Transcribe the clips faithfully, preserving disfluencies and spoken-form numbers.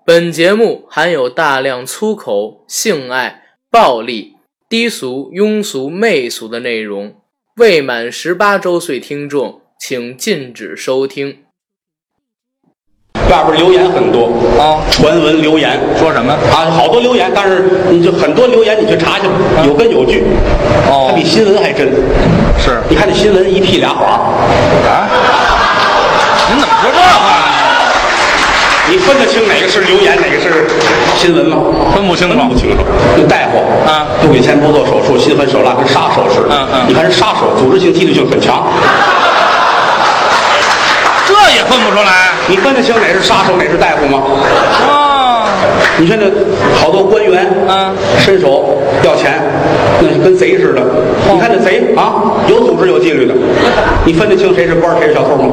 本节目含有大量粗口、性爱、暴力、低俗、庸俗、媚俗的内容，未满十八周岁听众请禁止收听。 外边留言很多啊， 传闻留言说什么啊？好多留言，但是你就很多留言，你去查去，有根有据。 哦， 它比新闻还真。 是， 你看这新闻一屁俩谎啊？您怎么说这话呢？ 你分得清哪个是留言，哪个是新闻吗？ 分不清楚， 分不清楚。那大夫啊， 不给钱不做手术，心狠手辣，跟杀手似的。 嗯嗯， 你看人杀手，组织性、纪律性很强。 这也分不出来？ 你分得清哪是杀手，哪是大夫吗？ 啊， 你看这好多官员， 嗯， 伸手要钱，那就跟贼似的。 哦、 你看这贼啊，有组织有纪律的，你分得清谁是官谁是小偷吗？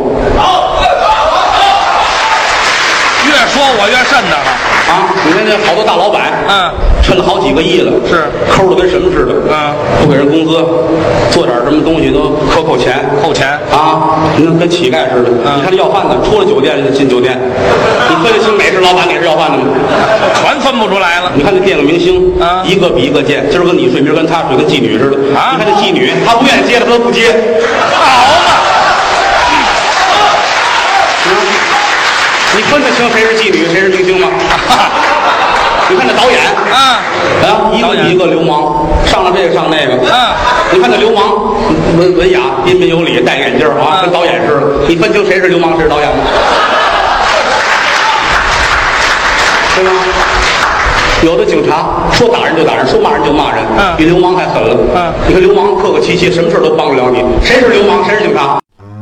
越说我越瘆得慌啊！你看这好多大老板， 嗯， 趁了好几个亿了， 是抠的跟什么似的， 嗯， 不给人工资，做点什么东西都克扣钱， 扣钱啊，那跟乞丐似的。 嗯、 你看这要饭的，出了酒店就进酒店，你分得清哪是老板哪是要饭的吗？ 全分不出来了。 你看这电影明星， 啊， 一个比一个贱，今儿跟你睡，明儿跟他睡，跟妓女似的。 啊， 你看这妓女，她不愿意接的，她都不接。 好嘛。 你分得清谁是妓女谁是明星吗？你看这导演啊， 啊，一个比一个流氓，上了这个上那个。 啊， 你看这流氓文文雅、彬彬有礼，戴眼镜啊，跟导演似的。你分清谁是流氓谁是导演吗？对吧？有的警察说打人就打人，说骂人就骂人， 嗯， 比流氓还狠了。 嗯， 你看流氓客客气气，什么事都帮不了你。谁是流氓谁是警察？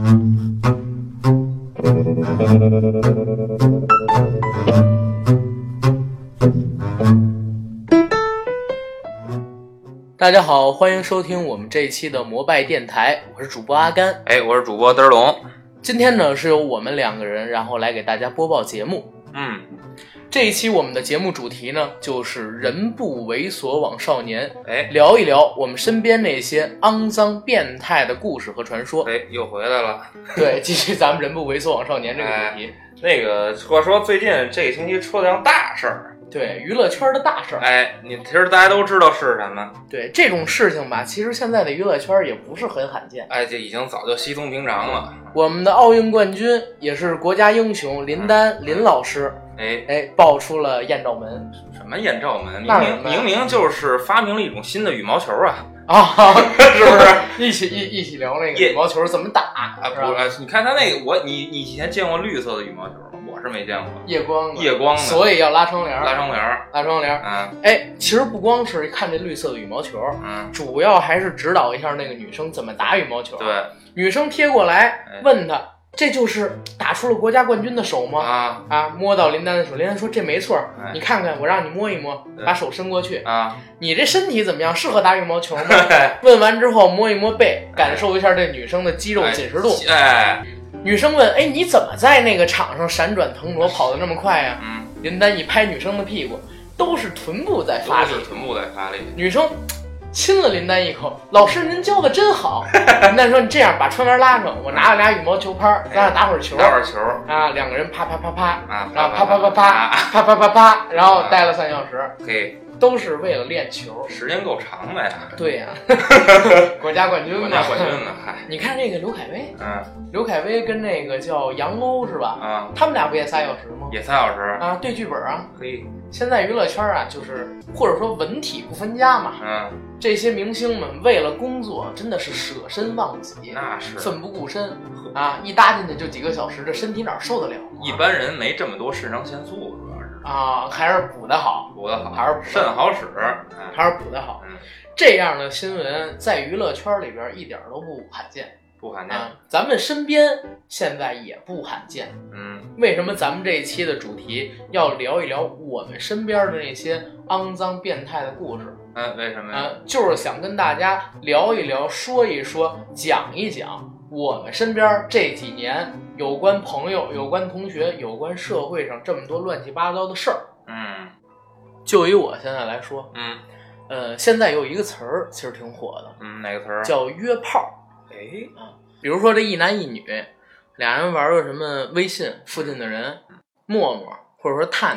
大家好，欢迎收听我们这一期的摩拜电台，我是主播阿甘。 哎，我是主播嘚龙。 今天呢是由我们两个人，然后来给大家播报节目。 嗯， 这一期我们的节目主题呢就是人不猥琐枉少年， 哎， 聊一聊我们身边那些肮脏变态的故事和传说。 哎，又回来了。 对，继续咱们人不猥琐枉少年这个主题。 哎、那个话说最近这个星期出了辆大事儿。 对，娱乐圈的大事儿。 哎，你其实大家都知道是什么。 对，这种事情吧，其实现在的娱乐圈也不是很罕见。 哎，这已经早就稀松平常了。 我们的奥运冠军也是国家英雄林丹、嗯、林老师， 哎哎，爆出了艳照门。 什么艳照门？明明明明就是发明了一种新的羽毛球啊！ 啊， 是不是？ 一起一一起聊那个羽毛球怎么打啊？不是，你看他那个，我你你以前见过绿色的羽毛球吗？我是没见过。 夜光的， 夜光的， 所以要拉窗帘， 拉窗帘， 拉窗帘。 嗯， 哎，其实不光是看这绿色的羽毛球， 嗯， 主要还是指导一下那个女生怎么打羽毛球。 对， 女生贴过来问他。这就是打出了国家冠军的手吗？ 啊啊！摸到林丹的手，林丹说这没错， 哎、 你看看，我让你摸一摸，把手伸过去啊！ 你这身体怎么样？适合打羽毛球吗？问完之后摸一摸背，感受一下这女生的肌肉紧实度。 哎，哎女生问：哎，你怎么在那个场上闪转腾挪，跑得那么快呀、啊？ 嗯， 林丹一拍女生的屁股，都是臀部在发力， 都是臀部在发力。 女生亲了林丹一口，老师您教的真好。林丹说：“你这样把窗帘拉上，我拿了俩羽毛球拍，咱俩打会儿球， 打会儿球啊，两个人啪啪啪啪啊， 然后啪啪啪啪啪啪啪啪，然后待了三小时， 可以， 都是为了练球， 时间够长的呀。 对呀，国家冠军嘛， 国家冠军呢，嗨， 你看这个刘恺威， 嗯， 刘恺威跟那个叫杨欧是吧？ 啊， 他们俩不也仨小时吗？ 也仨小时啊，对剧本啊， 可以。 现在娱乐圈啊，就是或者说文体不分家嘛， 嗯。 这些明星们为了工作真的是舍身忘己， 那是奋不顾身啊！一搭进去就几个小时，这身体哪受得了、啊？ 一般人没这么多肾上腺素，主要是啊，还是补得好， 补得好， 还是补肾好使， 还是补得好。 嗯， 这样的新闻在娱乐圈里边一点都不罕见， 不罕见、 啊。咱们身边现在也不罕见。 嗯， 为什么咱们这一期的主题要聊一聊我们身边的那些肮脏变态的故事？ 嗯，为什么呀？ 啊，就是想跟大家聊一聊，说一说，讲一讲我们身边这几年有关朋友、有关同学、有关社会上这么多乱七八糟的事儿。 嗯， 就以我现在来说， 嗯， 呃，现在有一个词儿其实挺火的， 嗯，哪个词儿？ 叫约炮。 哎， 啊，比如说这一男一女，俩人玩个什么微信附近的人、陌陌或者说探探。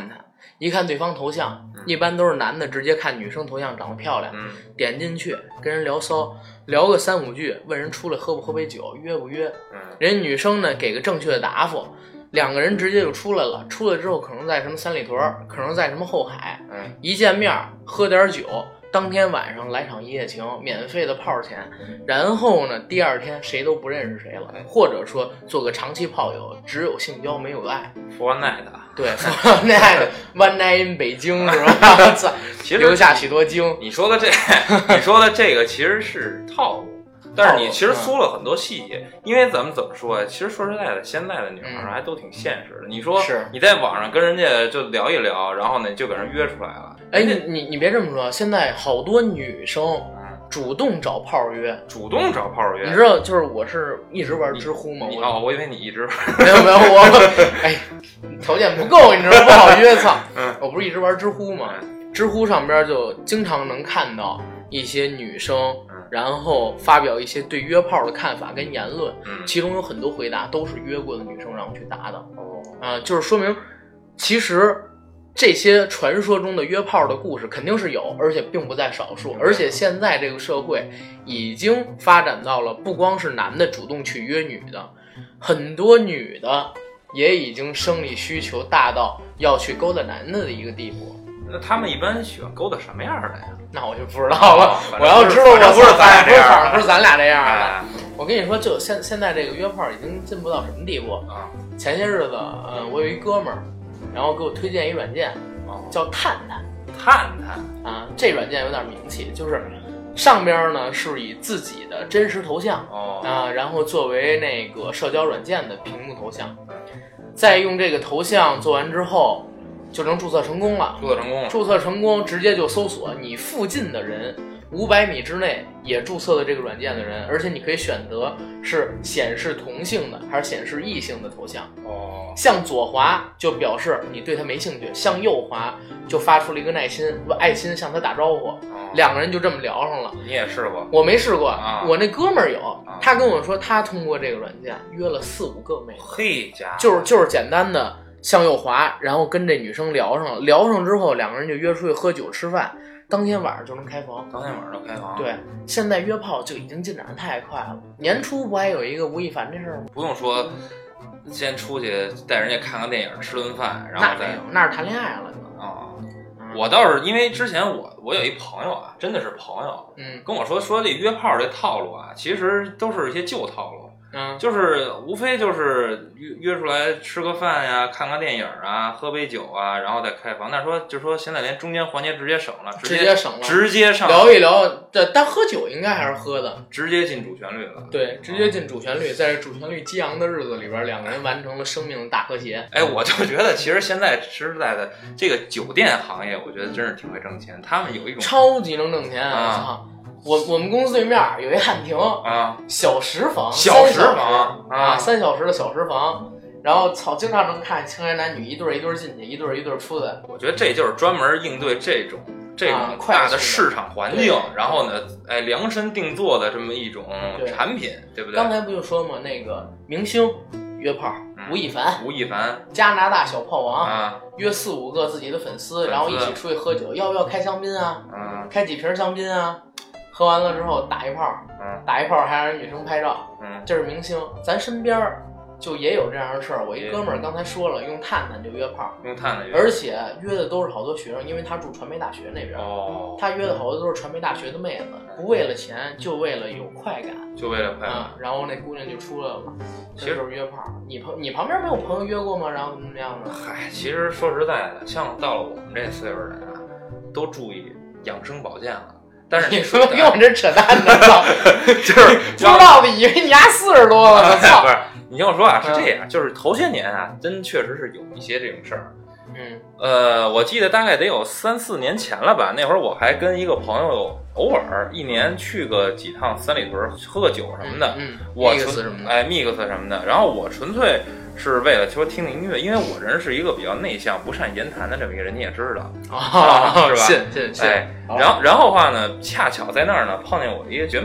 一看对方头像， 嗯、 一般都是男的直接看女生头像长得漂亮， 嗯、 点进去跟人聊骚，聊个三五句，问人出来喝不喝杯酒，约不约， 嗯、 人女生呢给个正确的答复，两个人直接就出来了，出来之后可能在什么三里屯，可能在什么后海， 嗯、 一见面喝点酒，当天晚上来场一夜情，免费的炮钱，然后呢第二天谁都不认识谁了，或者说做个长期炮友，只有性交没有爱。 For one night， 对，For one night one night in 北京是吧？ 其实留下许多经。 你说的这，你说的这个其实是套路。但是你其实说了很多细节，嗯、因为咱们怎么说呀？其实说实在的，现在的女孩还都挺现实的。嗯、你说你在网上跟人家就聊一聊，然后呢就给人约出来了。 哎，你你你别这么说，现在好多女生主动找炮约， 主动找炮约。 你知道，就是我是一直玩知乎吗？ 哦，我以为你一直没有没有我，哎，条件不够，你知道不好约，操！嗯，我不是一直玩知乎吗？嗯、知乎上边就经常能看到一些女生。然后发表一些对约炮的看法跟言论， 嗯、 其中有很多回答都是约过的女生让我去答的。哦，啊、呃，就是说明，其实这些传说中的约炮的故事肯定是有，而且并不在少数。而且现在这个社会已经发展到了不光是男的主动去约女的，很多女的也已经生理需求大到要去勾搭男的的一个地步。 那他们一般喜欢勾搭什么样的呀？ 那我就不知道了。 哦、 我要知道我不是咱俩这样， 反正不是咱俩这样的。 哎、 我跟你说，就现现在这个约炮已经进步到什么地步啊？ 前些日子，呃，我有一哥们儿，然后给我推荐一软件， 哦、 叫探探。 探探啊，这软件有点名气，就是上边呢是以自己的真实头像、 哦、 啊，然后作为那个社交软件的屏幕头像，再用这个头像做完之后。就能注册成功了， 注册成功了， 注册成功，直接就搜索你附近的人，五百米之内也注册了这个软件的人，而且你可以选择是显示同性的还是显示异性的头像。 哦， 向左滑就表示你对他没兴趣，向右滑就发出了一个爱心，爱心向他打招呼，哦、两个人就这么聊上了。 你也试过？ 我没试过， 啊、 我那哥们儿有， 啊、 他跟我说他通过这个软件约了四五个妹子， 嘿家， 就是就是简单的。向右滑，然后跟这女生聊上了，聊上之后两个人就约出去喝酒吃饭，当天晚上就能开房。 当天晚上就开房。 对，现在约炮就已经进展得太快了。年初不还有一个吴亦凡这事儿吗？ 不用说，先出去带人家看个电影，吃顿饭，然后再那没有，那是谈恋爱了就。 啊、哦，我倒是因为之前我我有一朋友啊，真的是朋友， 嗯， 跟我说说这约炮这套路啊，其实都是一些旧套路。 嗯， 就是无非就是约约出来吃个饭呀，看个电影啊，喝杯酒啊，然后再开房。那说就说现在连中间环节直接省了，直接直接省了， 直接上聊一聊。对，但喝酒应该还是喝的， 直接进主旋律了。 对，直接进主旋律，在这主旋律激昂的日子里边，两个人完成了生命的大和谐。 哎，我就觉得其实现在实实在在这个酒店行业，我觉得真是挺会挣钱。他们有一种超级能挣钱啊！ 我我们公司对面有一汉庭啊， 小时房， 小时房啊，三小时的小时房，然后操，经常能看青年男女一对一对进去，一对一对出来。 我觉得这就是专门应对这种这种大的市场环境， 啊、 然后呢，哎，量身定做的这么一种产品， 对, 对不对？ 刚才不就说嘛，那个明星约炮， 嗯、 吴亦凡， 吴亦凡， 加拿大小炮王， 啊、 约四五个自己的粉丝，然后一起出去喝酒，要不要开香槟啊？ 嗯、 开几瓶香槟啊？喝完了之后打一炮， 嗯， 打一炮还让人女生拍照， 嗯， 这是明星。咱身边就也有这样的事儿。我一哥们儿刚才说了，用探探就约炮， 用探探约， 而且约的都是好多学生，因为他住传媒大学那边， 哦， 他约的好多都是传媒大学的妹子，不为了钱，就为了有快感， 就为了快感。 嗯，然后那姑娘就出来了， 其实就是约炮。你朋你旁边没有朋友约过吗？然后怎么样的？ 嗨，其实说实在的，像到了我们这岁数人啊，都注意养生保健了。但是你说跟我这扯淡呢，操！ 就是不知道的以为你丫四十多了，操！ 不是，你听我说啊，是这样，就是头些年啊，真确实是有一些这种事儿。 嗯， 呃，我记得大概得有三四年前了吧，那会儿我还跟一个朋友偶尔一年去个几趟三里屯喝个酒什么的， 嗯， 我纯什么的， 哎 mix 什么的，然后我纯粹是为了说听音乐，因为我人是一个比较内向、不善言谈的这么一个人，你也知道， 啊， 是吧？ 信信信。 哎，然后然后的话呢，恰巧在那儿呢碰见我一个学妹，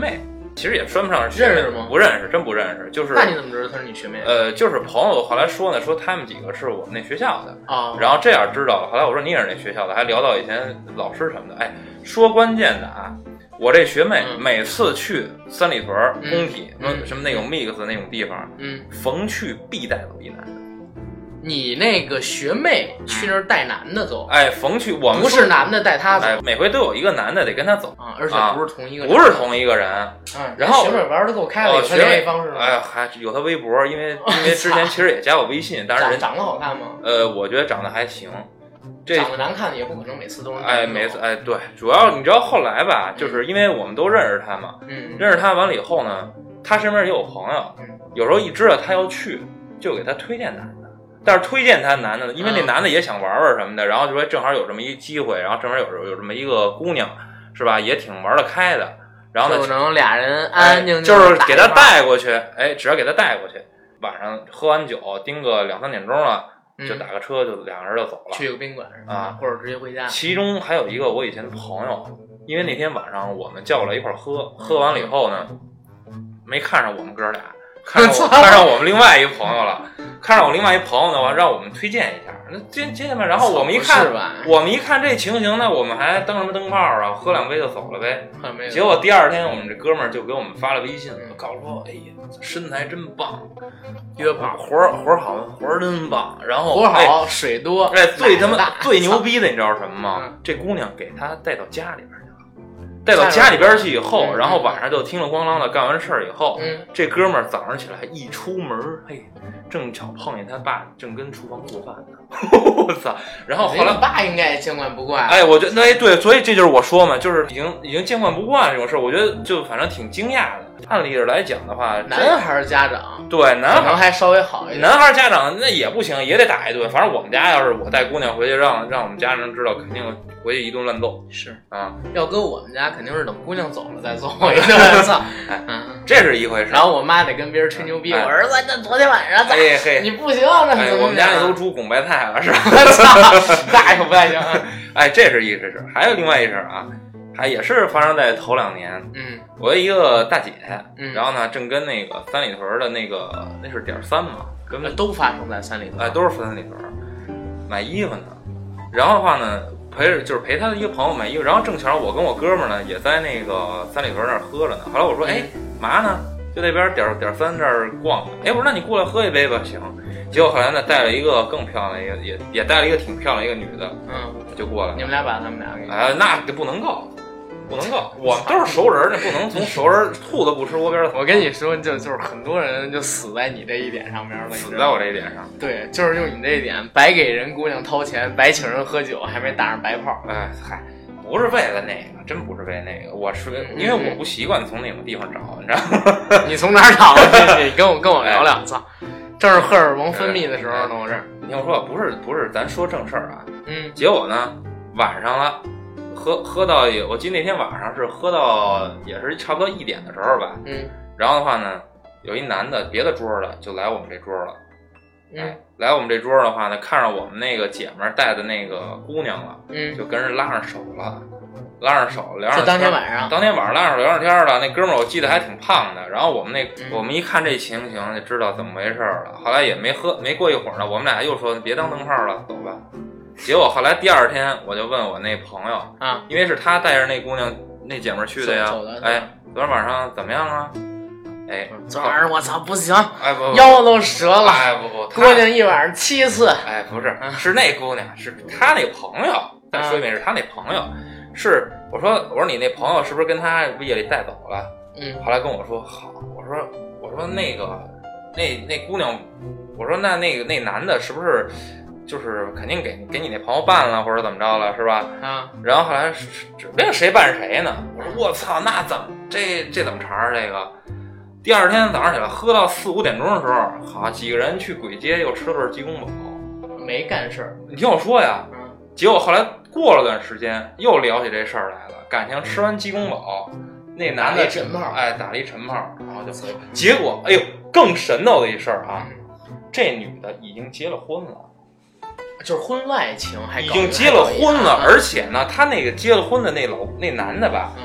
其实也算不上是认识吗？ 不认识，真不认识。就是那你怎么知道他是你学妹？ 呃，就是朋友后来说呢，说他们几个是我们那学校的啊、哦。 然后这样知道了，后来我说你也是那学校的，还聊到以前老师什么的。哎，说关键的啊，我这学妹每次去三里屯工体、 嗯、 什么那种 mix 那种地方， 嗯， 逢去必带走一男的。 你那个学妹去那儿带男的走， 哎，逢去我们不是男的带他走， 哎，每回都有一个男的得跟他走啊，而且不是同一个人、 啊，不是同一个人。 嗯， 然后学妹玩的够开了，有他联系方式吗？ 哎，还有他微博，因为因为之前其实也加我微信，但是人长得好看吗？ 呃，我觉得长得还行。这长得难看的也不可能每次都是哎，每次哎对，主要你知道后来吧，就是因为我们都认识他嘛， 嗯， 认识他完了以后呢，他身边也有朋友， 嗯， 有时候一知道他要去，就给他推荐男的。但是推荐他男的，因为那男的也想玩玩什么的，然后就说正好有这么一机会，然后正好有有这么一个姑娘，是吧？也挺玩得开的，然后呢， 就能俩人安安静静、 哎，就是给他带过去，哎，只要给他带过去，晚上喝完酒，盯个两三点钟了， 嗯、 就打个车，就两个人就走了， 去个宾馆啊， 或者直接回家。 其中还有一个我以前的朋友，因为那天晚上我们叫过来一块喝，喝完了以后呢，没看上我们哥俩。看上我看上我们另外一个朋友了，看上我另外一朋友呢，完让我们推荐一下。那接接下来，然后我们一看，我们一看这情形，那我们还灯什么灯泡啊，喝两杯就走了呗。结果第二天，我们这哥们儿就给我们发了微信，告诉说：“哎呀，身材真棒，约炮活活好，活真棒。然后活好、 哎、 水多， 哎，最他妈最牛逼的，你知道什么吗？嗯、这姑娘给他带到家里边。”带到家里边去以后， 嗯、 然后晚上就听了咣啷的干完事儿以后， 嗯， 这哥们儿早上起来一出门，嘿，正巧碰见他爸正跟厨房做饭呢，我操！然后后来爸应该也见惯不惯， 哎，我觉得哎对，所以这就是我说嘛，就是已经已经见惯不惯这种事儿，我觉得就反正挺惊讶的。按理来讲的话， 男孩家长对男孩可能还稍微好一点， 男孩家长那也不行，也得打一顿。反正我们家要是我带姑娘回去，让让我们家人知道，肯定回去一顿乱揍。 是啊， 要搁我们家肯定是等姑娘走了再揍一顿。操， 哎，这是一回事。 然后我妈得跟别人吹牛逼， 哎、 我儿子那昨天晚上， 哎嘿， 你不行，那哎，我们家那都煮拱白菜了，是吧？ 那可不太行。 哎，这是一回事，还有另外一事啊。还也是发生在头两年， 嗯， 我一个大姐， 嗯， 然后呢，正跟那个三里屯的那个那是点三嘛，跟都发生在三里屯， 哎，都是三里屯，买衣服呢，然后的话呢，陪着就是陪他的一个朋友买衣服，然后正巧我跟我哥们儿呢也在那个三里屯那儿喝着呢，后来我说，哎，嘛呢？就那边点点三这儿逛，哎，我说那你过来喝一杯吧，行。结果后来呢，带了一个更漂亮的一个，也也带了一个挺漂亮一个女的， 嗯， 就过来了。 你们俩把他们俩给， 哎，那就不能告。不能够，我们都是熟人，那不能从熟人兔子不吃窝边草。 我跟你说，就就是很多人就死在你这一点上面了， 死在我这一点上。 对，就是用你这一点，白给人姑娘掏钱，白请人喝酒，还没打上白炮。 哎嗨，不是为了那个，真不是为那个，我是因为我不习惯从那种地方找，你知道吗？ 你从哪儿找的？你跟我跟我聊两次。正是荷尔蒙分泌的时候呢，我这。 你听我说，不是不是，咱说正事儿啊。 嗯。 结果呢，晚上了。喝喝到也，我记得那天晚上是喝到也是差不多一点的时候吧， 嗯， 然后的话呢，有一男的别的桌的就来我们这桌了， 嗯， 哎，来我们这桌的话呢，看上我们那个姐们儿带的那个姑娘了， 嗯， 就跟人拉上手了，拉上手聊上天。 就当天晚上， 当天晚上拉上手聊上天了。那哥们儿我记得还挺胖的，然后我们那、嗯、我们一看这情形就知道怎么回事了。后来也没喝，没过一会儿呢，我们俩又说别当灯泡了，走吧。结果后来第二天我就问我那朋友啊， 因为是他带着那姑娘那姐们去的呀， 的哎，昨天晚上怎么样啊？哎， 昨晚上我操不行， 哎不，不腰都折了， 哎不不， 姑娘一晚上七次， 哎不是，是那姑娘，是他那朋友，再说一遍是他那朋友，是我说我说你那朋友是不是跟他夜里带走了？ 嗯， 后来跟我说好，我说我说那个那那姑娘，我说那那个那男的是不是？就是肯定给给你那朋友办了，或者怎么着了，是吧？ 啊， 然后后来指不定谁办谁呢。我说我操，那怎么这这怎么茬儿？这个第二天早上起来喝到四五点钟的时候，好几个人去簋街又吃了顿鸡公煲， 没干事儿。 你听我说呀， 嗯， 结果后来过了段时间又聊起这事儿来了，感情吃完鸡公煲，那男的晨炮， 哎，打了一晨炮，然后就走。结果哎呦，更神叨的一事儿啊， 嗯， 这女的已经结了婚了。 就是婚外情，还已经结了婚了，而且呢，他那个结了婚的那老那男的吧， 嗯，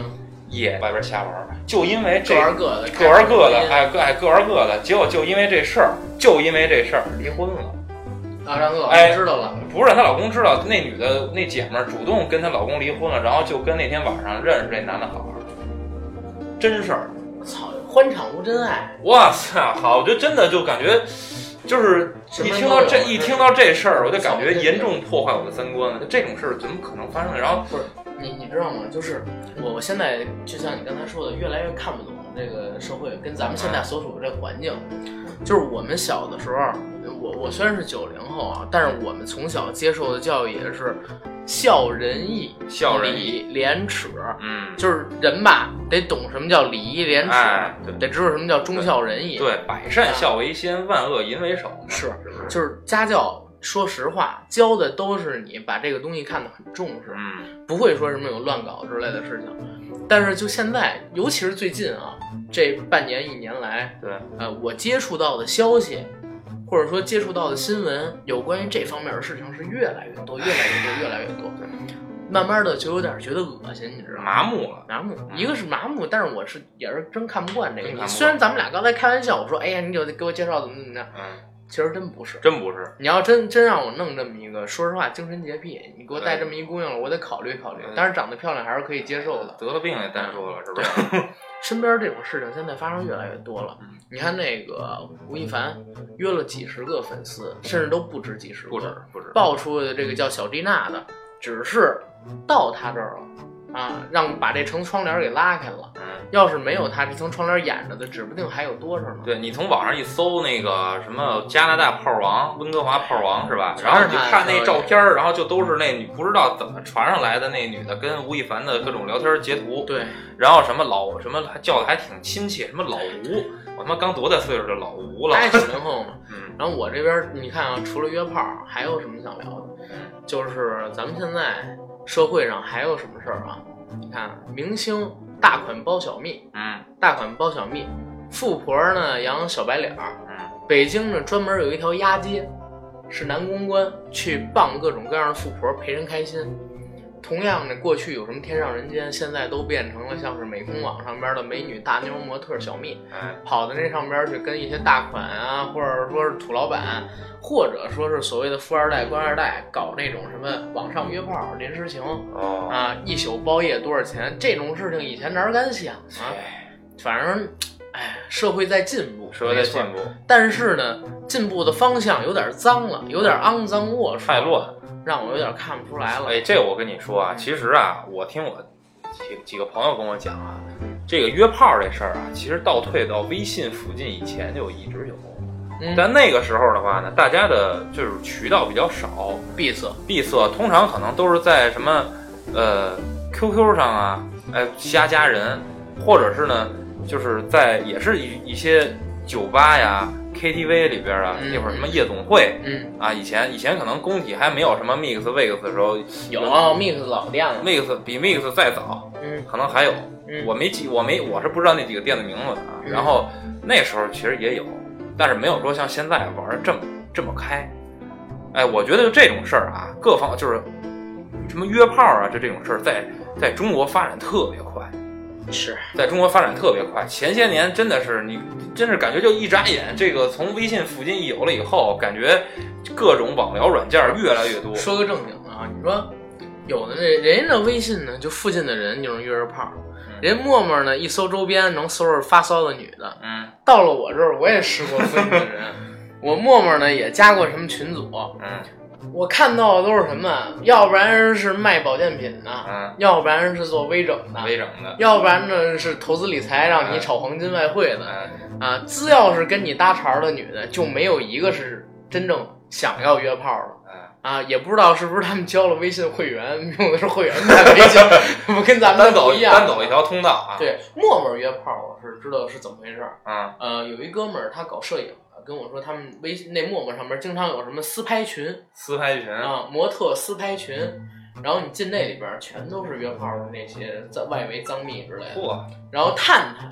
也外边瞎玩，就因为这各玩各的， 各玩各的，哎各哎各玩各的，结果就因为这事儿，就因为这事儿离婚了。 啊，让她老公知道了、 哎，不是让她老公知道，那女的那姐们儿主动跟她老公离婚了，然后就跟那天晚上认识这男的好好，真事儿。 操，欢场无真爱！ 哇塞，好，我就真的就感觉，就是一听到这一听到这事儿，我就感觉严重破坏我的三观。这种事儿怎么可能发生？然后不是你，你知道吗？就是我我现在就像你刚才说的，越来越看不懂这个社会跟咱们现在所处的这个环境。就是我们小的时候，我我虽然是九零后啊，但是我们从小接受的教育也是孝仁义、 孝仁义、廉耻。 嗯， 就是人吧，得懂什么叫礼义廉耻， 哎、 得知道什么叫忠孝仁义。 对，对百善孝为先，万恶淫为首。 是，就是家教。说实话，教的都是你把这个东西看得很重视， 嗯， 不会说什么有乱搞之类的事情。但是就现在，尤其是最近啊，这半年一年来， 对， 呃，我接触到的消息，或者说接触到的新闻，有关于这方面的事情是越来越多，越来越多，越来越多。慢慢的就有点觉得恶心，你知道吗？ 麻木了， 麻木。一个是麻木，但是我是也是真看不惯这个。你虽然咱们俩刚才开玩笑，我说，哎呀，你就给我介绍怎么怎么样， 嗯。 其实真不是， 真不是。 你要真真让我弄这么一个，说实话，精神洁癖，你给我带这么一姑娘了，我得考虑考虑。但是长得漂亮还是可以接受的。 得了病也单说了，是不是？ 身边这种事情现在发生越来越多了。你看那个吴亦凡约了几十个粉丝，甚至都不止几十个， 不止不止。 爆出的这个叫小蒂娜的，只是到他这儿了。啊，让把这层窗帘给拉开了。 嗯， 要是没有他这层窗帘掩着的，指不定还有多少呢。 对，你从网上一搜那个什么加拿大炮王、温哥华炮王是吧？然后你就看那照片，然后就都是那你不知道怎么传上来的那女的跟吴亦凡的各种聊天截图。 对， 然后什么老什么叫的还挺亲切，什么老吴，我他妈刚多大岁数的老吴了？ 他九零后嘛。 嗯。 然后我这边你看啊，除了约炮，还有什么想聊的？就是咱们现在社会上还有什么事儿啊？你看，明星大款包小蜜， 嗯， 大款包小蜜，富婆呢养小白脸儿， 嗯， 北京呢专门有一条鸭街，是男公关去傍各种各样的富婆陪人开心。同样的，过去有什么天上人间，现在都变成了像是美空网上边的美女大妞模特小蜜， 哎， 跑到那上边去跟一些大款啊，或者说是土老板，或者说是所谓的富二代、官二代，搞那种什么网上约炮、临时情， 哦啊，一宿包夜多少钱？这种事情以前哪敢想啊？反正，哎，社会在进步， 社会在进步， 但是呢，进步的方向有点脏了，有点肮脏龌龊， 太乱。 让我有点看不出来了。 哎，这我跟你说啊，其实啊，我听我几几个朋友跟我讲啊，这个约炮这事儿啊，其实倒退到微信附近以前就一直有。嗯、但那个时候的话呢，大家的就是渠道比较少， 闭塞， 闭塞，通常可能都是在什么呃 Q Q 上啊，哎瞎加人，或者是呢，就是在也是一一些酒吧呀。K T V 里边啊，那会儿什么夜总会， 嗯啊，以前以前可能工体还没有什么 Mix、Wix 的时候， 有 Mix 老店了 ，Mix 比 Mix 再早， 嗯， 可能还有， 嗯， 我没记，我没我是不知道那几个店的名字的啊。然后那时候其实也有，但是没有说像现在玩的这么这么开。哎，我觉得就这种事儿啊，各方就是什么约炮啊，就这种事儿，在在中国发展特别快。 是在中国发展特别快，前些年真的是你真是感觉就一眨眼，这个从微信附近一有了以后，感觉各种网聊软件越来越多。 说个正经的啊，你说有的那人家的微信呢，就附近的人就能约着炮，嗯、人陌陌呢一搜周边能搜着发骚的女的， 嗯， 到了我这儿我也试过附近的人，我陌陌呢也加过什么群组， 嗯。 我看到的都是什么？要不然是卖保健品的， 嗯， 要不然是做微整的， 微整的， 要不然呢是投资理财让你炒黄金外汇的， 嗯、 啊，只要是跟你搭茬的女的，就没有一个是真正想要约炮的， 嗯、 啊，也不知道是不是他们交了微信会员，用的是会员在微信，不跟咱们不一样， 单走一条通道啊。 对，陌陌约炮我是知道是怎么回事， 嗯， 呃，有一哥们儿他搞摄影。跟我说，他们微信那陌陌上面经常有什么私拍群， 私拍群啊，模特私拍群，然后你进那里边全都是约炮的那些在外围脏蜜之类的。然后探探，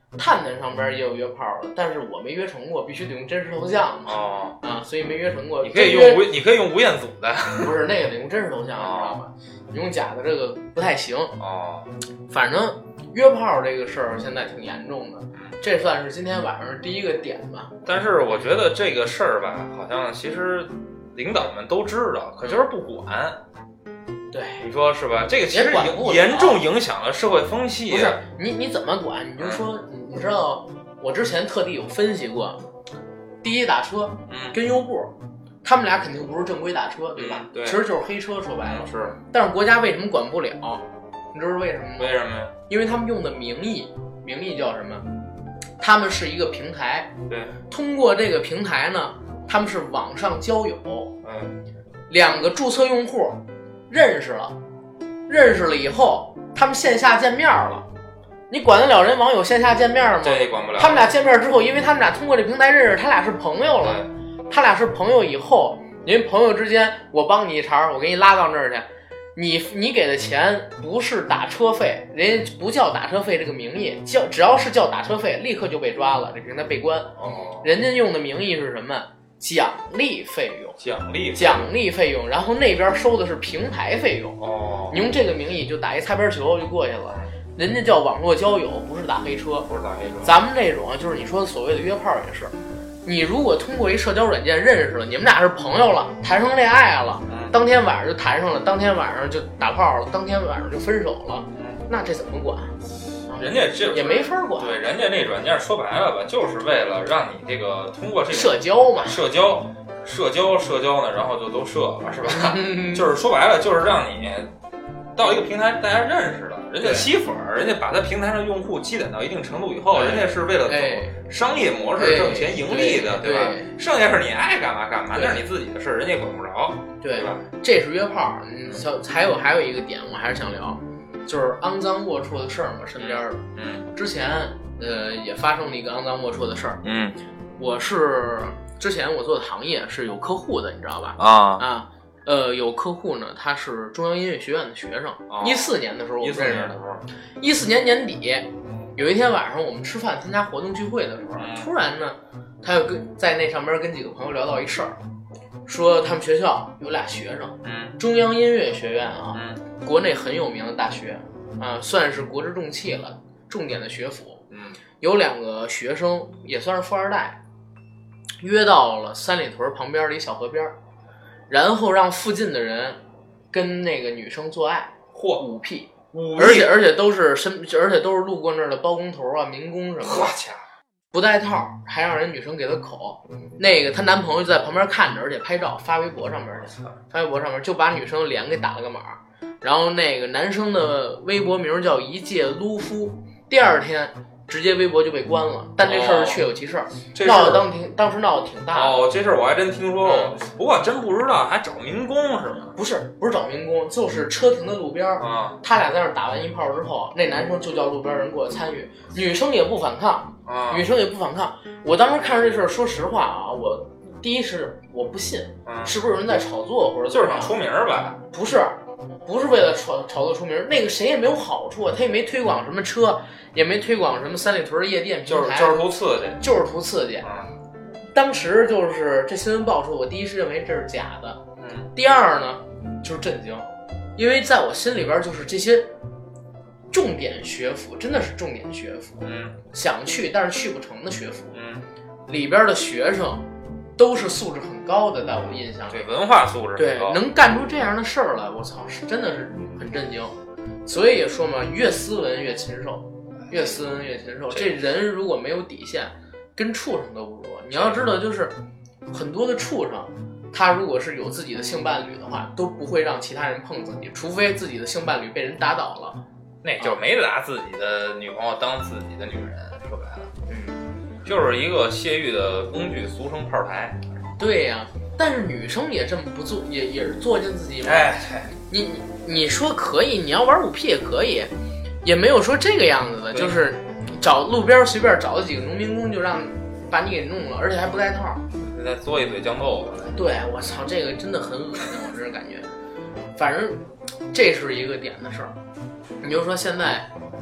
探探上边也有约炮的，但是我没约成过，必须得用真实头像嘛。 哦啊，所以没约成过。 你可以用吴，你可以用吴彦祖的， 不是那个得用真实头像，你知道吧？你用假的这个不太行。 哦， 反正约炮这个事儿现在挺严重的，这算是今天晚上第一个点吧。 但是我觉得这个事儿吧，好像其实领导们都知道，可就是不管。 对， 你说是吧？这个其实严重影响了社会风气。 不是你你怎么管？你就说，嗯、你知道，我之前特地有分析过，滴滴打车跟优步，他们俩肯定不是正规打车，对吧？ 嗯、对， 其实就是黑车，说白了、 嗯、是。 但是国家为什么管不了？你知道为什么吗？ 为什么呀？ 因为他们用的名义，名义叫什么？他们是一个平台， 对， 通过这个平台呢，他们是网上交友， 嗯， 两个注册用户。认识了，认识了以后，他们线下见面了。你管得了人网友线下见面吗？ 这也管不了。 他们俩见面之后，因为他们俩通过这平台认识，他俩是朋友了。他俩是朋友以后，因为朋友之间，我帮你一茬，我给你拉到那儿去，你你给的钱不是打车费，人家不叫打车费这个名义，叫只要是叫打车费，立刻就被抓了，这平台被关。 哦， 人家用的名义是什么？奖励费用， 奖励奖励费用，然后那边收的是平台费用。 哦， 你用这个名义就打一擦边球就过去了，人家叫网络交友，不是打黑车， 不是打黑车。 咱们这种就是你说的所谓的约炮也是，你如果通过一社交软件认识了，你们俩是朋友了，谈上恋爱了， 嗯、 当天晚上就谈上了，当天晚上就打炮了，当天晚上就分手了， 嗯、 那这怎么管？ 人家这也没法管。 对，人家那软件说白了吧，就是为了让你这个通过这个社交嘛， 社交。社交社交呢，然后就都射了，是吧？就是说白了，就是让你到一个平台，大家认识了，人家吸粉，人家把他平台上用户积攒到一定程度以后，人家是为了走商业模式挣钱盈利的，对吧？剩下是你爱干嘛干嘛，那是你自己的事，人家管不着，对吧？ 这是约炮。嗯，还有还有一个点，我还是想聊，就是肮脏龌龊的事儿嘛，身边的。 嗯， 之前呃也发生了一个肮脏龌龊的事儿。 嗯， 我是。之前我做的行业是有客户的，你知道吧？ 啊啊，呃，有客户呢，他是中央音乐学院的学生。一四、哦、年的时候我们认识的。一四年年底，有一天晚上我们吃饭参加活动聚会的时候， 嗯、 突然呢，他又跟在那上边跟几个朋友聊到一事儿，说他们学校有俩学生， 嗯， 中央音乐学院啊， 嗯， 国内很有名的大学啊，算是国之重器了，重点的学府。 嗯， 有两个学生也算是富二代。约到了三里屯旁边的一小河边，然后让附近的人跟那个女生做爱， 嚯， 五 P， 而且而且都是身，而且都是路过那儿的包工头啊、民工什么的，不带套，还让人女生给他口。那个她男朋友就在旁边看着，而且拍照发微博上面去，发微博上面就把女生脸给打了个码。然后那个男生的微博名叫一介撸夫，第二天。直接微博就被关了，但这事儿是确有其事儿， 哦、 闹得当挺当时闹得挺大的。 哦，这事儿我还真听说过，嗯、不过真不知道还找民工是吗？ 不是，不是找民工，就是车停在路边儿啊。 他俩在那儿打完一炮之后，那男生就叫路边人过来参与，女生也不反抗， 啊、 女生也不反抗。我当时看着这事儿，说实话啊，我第一是我不信， 嗯、 是不是有人在炒作或者就是想出名吧？ 不是。不是为了炒炒作出名，那个谁也没有好处啊，他也没推广什么车，也没推广什么三里屯夜店平台， 就是就是图刺激， 就是图刺激。 嗯， 当时就是这新闻爆出，我第一是认为这是假的， 嗯， 第二呢就是震惊，因为在我心里边就是这些重点学府，真的是重点学府， 嗯， 想去但是去不成的学府， 嗯， 里边的学生都是素质很高的，在我印象里， 对文化素质对很高， 能干出这样的事儿来，我操，是真的是很震惊。所以也说嘛，越斯文越禽兽，越斯文越禽兽。这人如果没有底线，跟畜生都不如。你要知道，就是很多的畜生，他如果是有自己的性伴侣的话，都不会让其他人碰自己，除非自己的性伴侣被人打倒了， 那就没拿自己的女朋友当自己的女人，说白了， 嗯。 就是一个泄欲的工具，俗称炮台。 对呀、啊，但是女生也这么不做，也也是作践自己嘛。 哎， 你你你说可以，你要玩五 P 也可以，也没有说这个样子的，就是找路边随便找几个农民工就让把你给弄了，而且还不带套。 再嘬一嘴酱豆腐。 对，我操，这个真的很恶心，我这感觉。反正这是一个点的事儿。你就说现在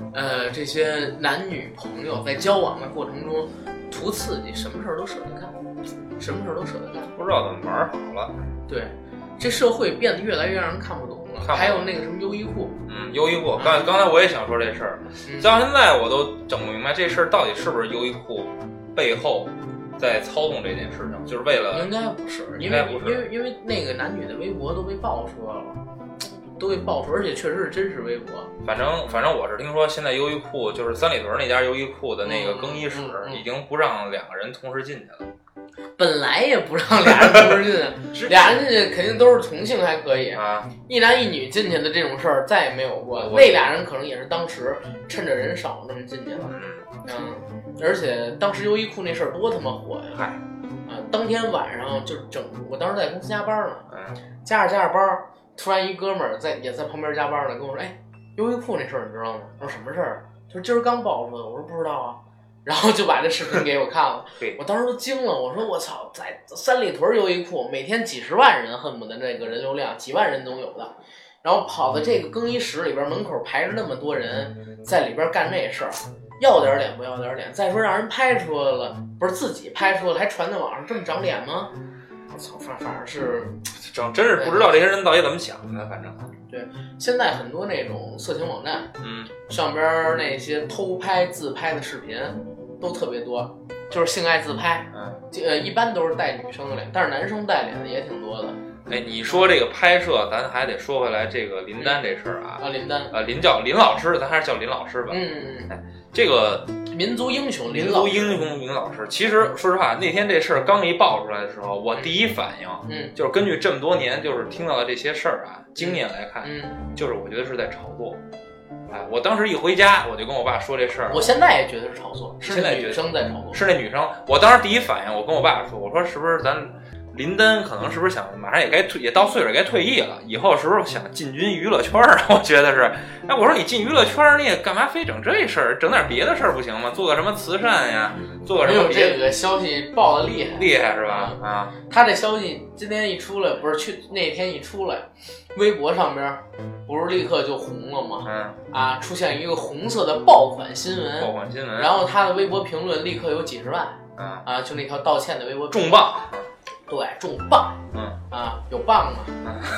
呃，这些男女朋友在交往的过程中图刺激，什么事儿都舍得干，什么事儿都舍得干， 不知道怎么玩好了。 对，这社会变得越来越让人看不懂了。还有那个什么优衣库， 嗯，优衣库，刚刚才我也想说这事儿，嗯、到现在我都整不明白这事儿到底是不是优衣库背后在操纵这件事情，就是为了应该不是，因为因为因为那个男女的微博都被爆出来了。都被爆出，而且确实是真实微博。 反正反正我是听说，现在优衣库就是三里屯那家优衣库的那个更衣室， 嗯嗯嗯、 已经不让两个人同时进去了。 本来也不让俩人同时进，俩人进去肯定都是同性还可以啊， 一男一女进去的这种事儿再也没有过。那俩人可能也是当时趁着人少那么进去了。嗯嗯，而且当时优衣库那事儿多他妈火呀！ 嗨， 啊，当天晚上就整，我当时在公司加班呢， 嗯、 加着加着班。突然一哥们儿在也在旁边加班呢，跟我说：“哎，优衣库那事儿你知道吗？”我说：“什么事儿？”他说：“今儿刚爆出来的。”我说：“不知道啊。”然后就把这视频给我看了，我当时都惊了。我说：“我操，在三里屯优衣库每天几十万人，恨不得那个人流量几万人都有的，然后跑到这个更衣室里边门口排着那么多人，在里边干这事儿，要点脸不要点脸？再说让人拍出来了，不是自己拍出来了还传在网上，这么长脸吗？”我操，反反正是。 真真是不知道这些人到底怎么想的，反正对，现在很多那种色情网站， 嗯， 上边那些偷拍自拍的视频都特别多，就是性爱自拍， 嗯， 呃，一般都是带女生的脸，但是男生带脸的也挺多的。 哎，你说这个拍摄，咱还得说回来这个林丹这事儿啊， 啊，林丹， 呃，林叫林老师，咱还是叫林老师吧， 嗯嗯嗯， 哎，这个民族英雄林民族英雄林老师，其实说实话，那天这事儿刚一爆出来的时候，我第一反应， 嗯， 就是根据这么多年就是听到的这些事儿啊，经验来看， 嗯， 就是我觉得是在炒作。哎，我当时一回家，我就跟我爸说这事儿。 我现在也觉得是炒作， 是那女生在炒作， 是那女生。我当时第一反应，我跟我爸说，我说是不是咱林丹可能是不是想马上也该退，也到岁数也该退役了，以后是不是想进军娱乐圈啊？我觉得是。那我说你进娱乐圈，你也干嘛非整这事儿？整点别的事儿不行吗？做个什么慈善呀？做个什么别的？ 这个消息爆的厉害， 厉害是吧？啊， 他这消息今天一出来，不是去那天一出来，微博上边不是立刻就红了吗？ 嗯啊，出现一个红色的爆款新闻， 爆款新闻， 然后他的微博评论立刻有几十万， 啊啊，就那条道歉的微博重磅。 对，重磅， 嗯啊，有棒吗？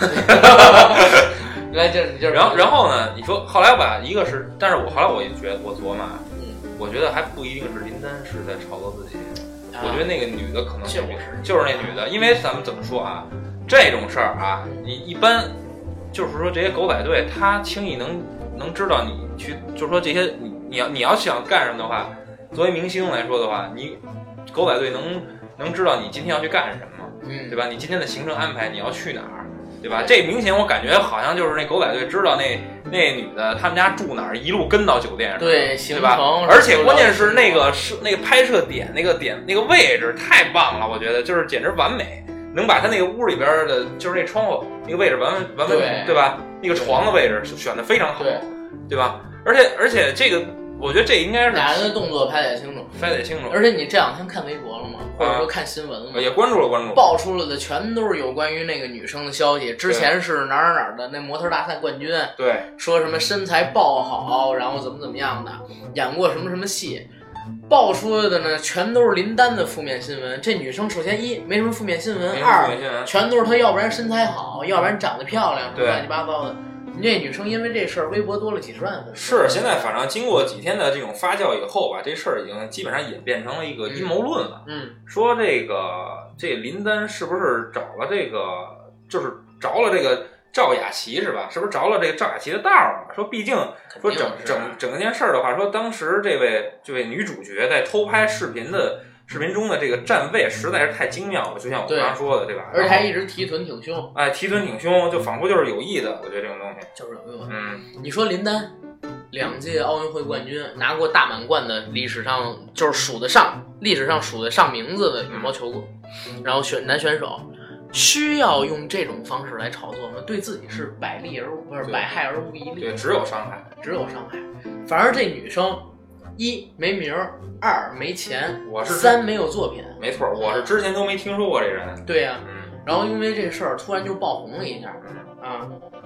来，这你这， 然后然后呢？你说后来吧，一个是，但是我后来我也觉得，我琢磨， 嗯， 我觉得还不一定是林丹是在炒作自己， 啊、 我觉得那个女的可能就是就是那女的，因为咱们怎么说啊，这种事儿啊，你一般就是说这些狗仔队，他轻易能能知道你去，就是说这些你你要你要想干什么的话，作为明星来说的话，你狗仔队能能知道你今天要去干什么。 嗯， 对吧？你今天的行程安排，你要去哪儿，对吧？这明显我感觉好像就是那狗仔队知道那那女的他们家住哪儿，一路跟到酒店上， 对， 对吧？而且关键是那个是那个拍摄点那个点那个位置太棒了，我觉得就是简直完美，能把他那个屋里边的，就是那窗户那个位置完完完美，对吧？那个床的位置选的非常好， 对， 对吧？而且而且这个。我觉得这应该是俩人的动作拍得清楚， 拍得清楚。 而且你这两天看微博了吗？或者说看新闻了吗？ 也关注了，关注了。 爆出了的全都是有关于那个女生的消息。之前是哪儿哪儿的那模特大赛冠军， 对， 说什么身材爆好，然后怎么怎么样的，演过什么什么戏。爆出来的呢，全都是林丹的负面新闻。这女生首先一没什么负面新闻，二全都是她要不然身材好，要不然长得漂亮，乱七八糟的。你这女生因为这事儿微博多了几十万粉丝。 是，现在反正经过几天的这种发酵以后吧，这事儿已经基本上演变成了一个阴谋论了。 嗯， 说这个这林丹是不是找了这个，就是着了这个赵雅琪是吧？是不是着了这个赵雅琪的道儿？说毕竟说整整整个件事儿的话，说当时这位这位女主角在偷拍视频的。视频中的这个站位实在是太精妙了，就像我刚刚说的，对吧？ 而且还一直提臀挺胸， 哎，提臀挺胸，就仿佛就是有意的。我觉得这种东西就是有用的。 嗯， 你说林丹，两届奥运会冠军，拿过大满贯的，历史上就是数得上，历史上数得上名字的羽毛球，嗯、然后选男选手，需要用这种方式来炒作吗？对自己是百利而不是百害而无一利， 对，只有伤害， 只有伤害。反而这女生。一没名儿，二没钱， 我是三没有作品。 没错，我是之前都没听说过这人。 对呀、 啊， 嗯，然后因为这事儿突然就爆红了一下，啊，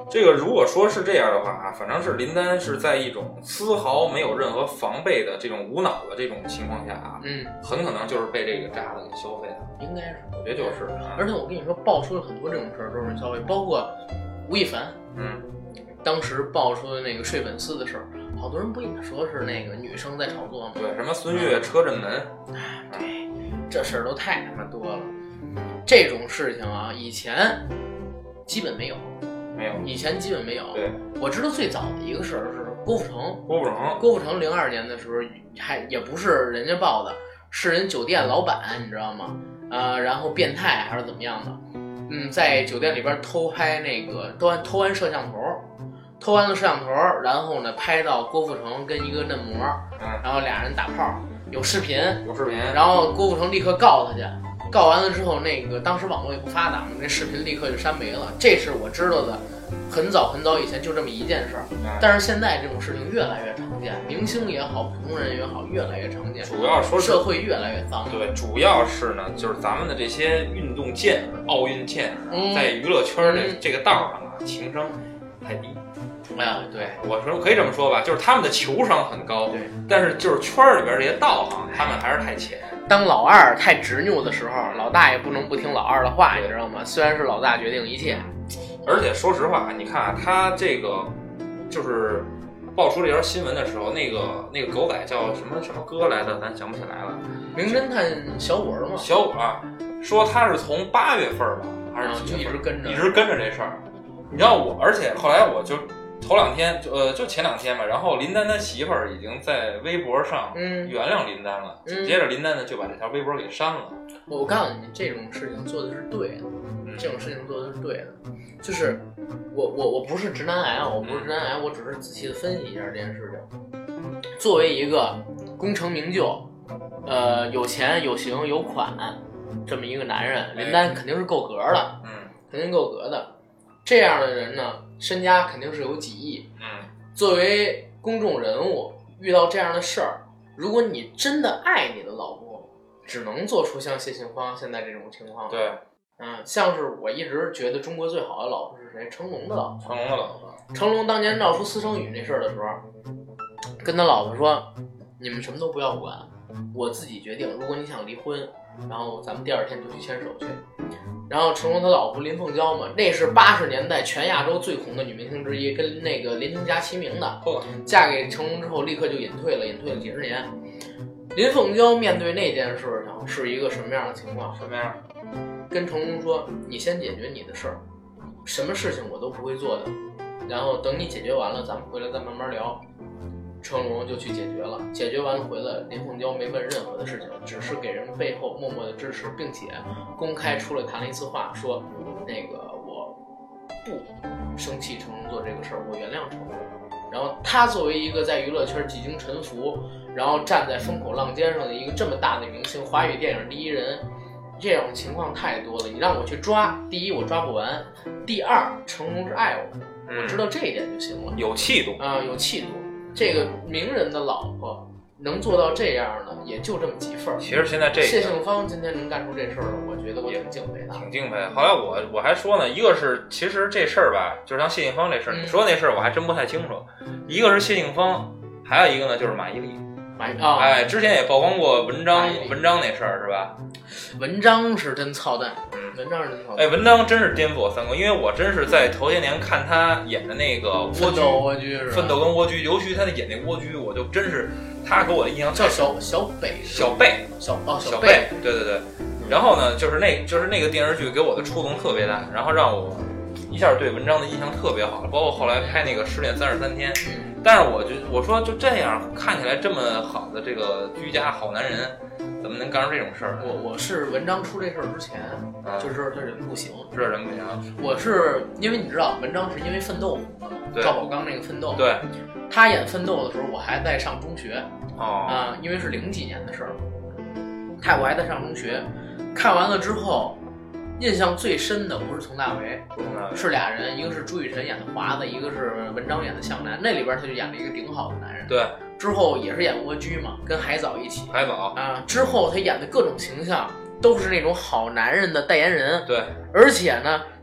这个如果说是这样的话啊，反正是林丹是在一种丝毫没有任何防备的这种无脑的这种情况下啊， 嗯， 很可能就是被这个渣子给消费了。 应该是， 我觉得就是。啊、 而且我跟你说，爆出了很多这种事儿都是消费，包括吴亦凡， 嗯， 当时爆出的那个睡粉丝的事儿，好多人不也说是那个女生在炒作吗？ 对，什么孙悦车震门， 哎、嗯，对，这事儿都太他妈多了。这种事情啊，以前基本没有。 没有， 以前基本没有。 对， 我知道最早的一个事儿是郭富城。 郭富城， 郭富城零二年的时候还也不是人家报的，是人酒店老板，你知道吗？呃，然后变态还是怎么样的？嗯，在酒店里边偷拍那个偷完偷完摄像头，偷完了摄像头，然后呢拍到郭富城跟一个嫩模， 嗯， 然后俩人打炮，有视频， 有视频， 然后郭富城立刻告他去。告完了之后，那个当时网络也不发达嘛，那视频立刻就删没了。这是我知道的，很早很早以前就这么一件事儿。但是现在这种事情越来越常见，明星也好，普通人也好，越来越常见。 主要说社会越来越脏。 对，主要是呢，就是咱们的这些运动健儿、奥运健儿，嗯、在娱乐圈的这个道上啊，情商太低。 哎呀，对， 我说可以这么说吧，就是他们的球商很高， 对， 但是就是圈里边这些道行，他们还是太浅。 当老二太执拗的时候，老大也不能不听老二的话，你知道吗？虽然是老大决定一切， 而且说实话，你看啊，他这个就是爆出这条新闻的时候，那个那个狗仔叫什么什么哥来的，咱想不起来了。 名侦探小五儿嘛， 小五啊，说他是从八月份吧，还是就一直跟着， 一直跟着这事儿。你知道我，而且后来我就。头两天就呃就前两天吧，然后林丹他媳妇儿已经在微博上原谅林丹了，紧、嗯、接着林丹呢就把这条微博给删了。 我告诉你，这种事情做的是对的，嗯、这种事情做的是对的。就是我我我不是直男癌啊，我不是直男癌，我只是仔细的分析一下这件事情。作为一个功成名就，呃有钱有型有款这么一个男人，林丹肯定是够格的， 嗯， 肯定够格的。这样的人呢，身家肯定是有几亿。 嗯， 作为公众人物，遇到这样的事儿，如果你真的爱你的老婆，只能做出像谢杏芳现在这种情况。 对， 嗯，像是我一直觉得中国最好的老婆是谁？成龙的老婆。 成龙的老婆。 成龙当年闹出私生女那事儿的时候，跟他老婆说：“你们什么都不要管，我自己决定。如果你想离婚，然后咱们第二天就去牵手去。”然后成龙他老婆林凤娇嘛，那是八十年代全亚洲最红的女明星之一，跟那个林青霞齐名的。嫁给成龙之后，立刻就隐退了，隐退了几十年。林凤娇面对那件事情是一个什么样的情况？ 什么样？ 跟成龙说：“你先解决你的事儿，什么事情我都不会做的，然后等你解决完了，咱们回来再慢慢聊。”成龙就去解决了，解决完了回来，林凤娇没问任何的事情，只是给人背后默默的支持，并且公开出来谈了一次话，说那个我不生气成龙做这个事儿，我原谅成龙。然后他作为一个在娱乐圈几经沉浮，然后站在风口浪尖上的一个这么大的明星，华语电影第一人，这种情况太多了，你让我去抓，第一我抓不完，第二成龙是爱我的，我知道这一点就行了， 有气度啊、呃，有气度。这个名人的老婆能做到这样的，也就这么几份。 其实现在这个谢杏芳今天能干出这事儿了，我觉得我挺敬佩她， 挺敬佩。后来我我还说呢，一个是其实这事儿吧，就是像谢杏芳这事儿、嗯，你说那事儿我还真不太清楚。一个是谢杏芳，还有一个呢就是马伊琍。 马伊啊， 哎，之前也曝光过文章文章那事儿是吧？ 文章是真操蛋，文章是真操蛋。 哎，文章真是颠覆我三观，因为我真是在头些年看他演的那个蜗居， 蜗居是吧？ 奋斗跟蜗居，尤其他那演那蜗居，我就真是他给我的印象叫小小北， 小贝， 小哦小贝， 对对对。然后呢，就是那就是那个电视剧给我的触动特别大，然后让我一下对文章的印象特别好，包括后来拍那个《失恋三十三天》。但是我就我说就这样看起来这么好的这个居家好男人，怎么能干出这种事儿？ 我我是文章出这事儿之前，啊、就知道这人不行， 知道人不行。 我是因为你知道文章是因为奋斗红的嘛，赵宝刚那个奋斗， 对， 他演奋斗的时候我还在上中学， 哦啊、呃，因为是零几年的事儿，他我还在上中学，看完了之后。印象最深的不是佟大为，是俩人，一个是朱雨辰演的华子，一个是文章演的向南。那里边他就演了一个顶好的男人。 对， 之后也是演蜗居嘛，跟海藻一起。 海藻啊，之后他演的各种形象都是那种好男人的代言人。 对， 而且呢，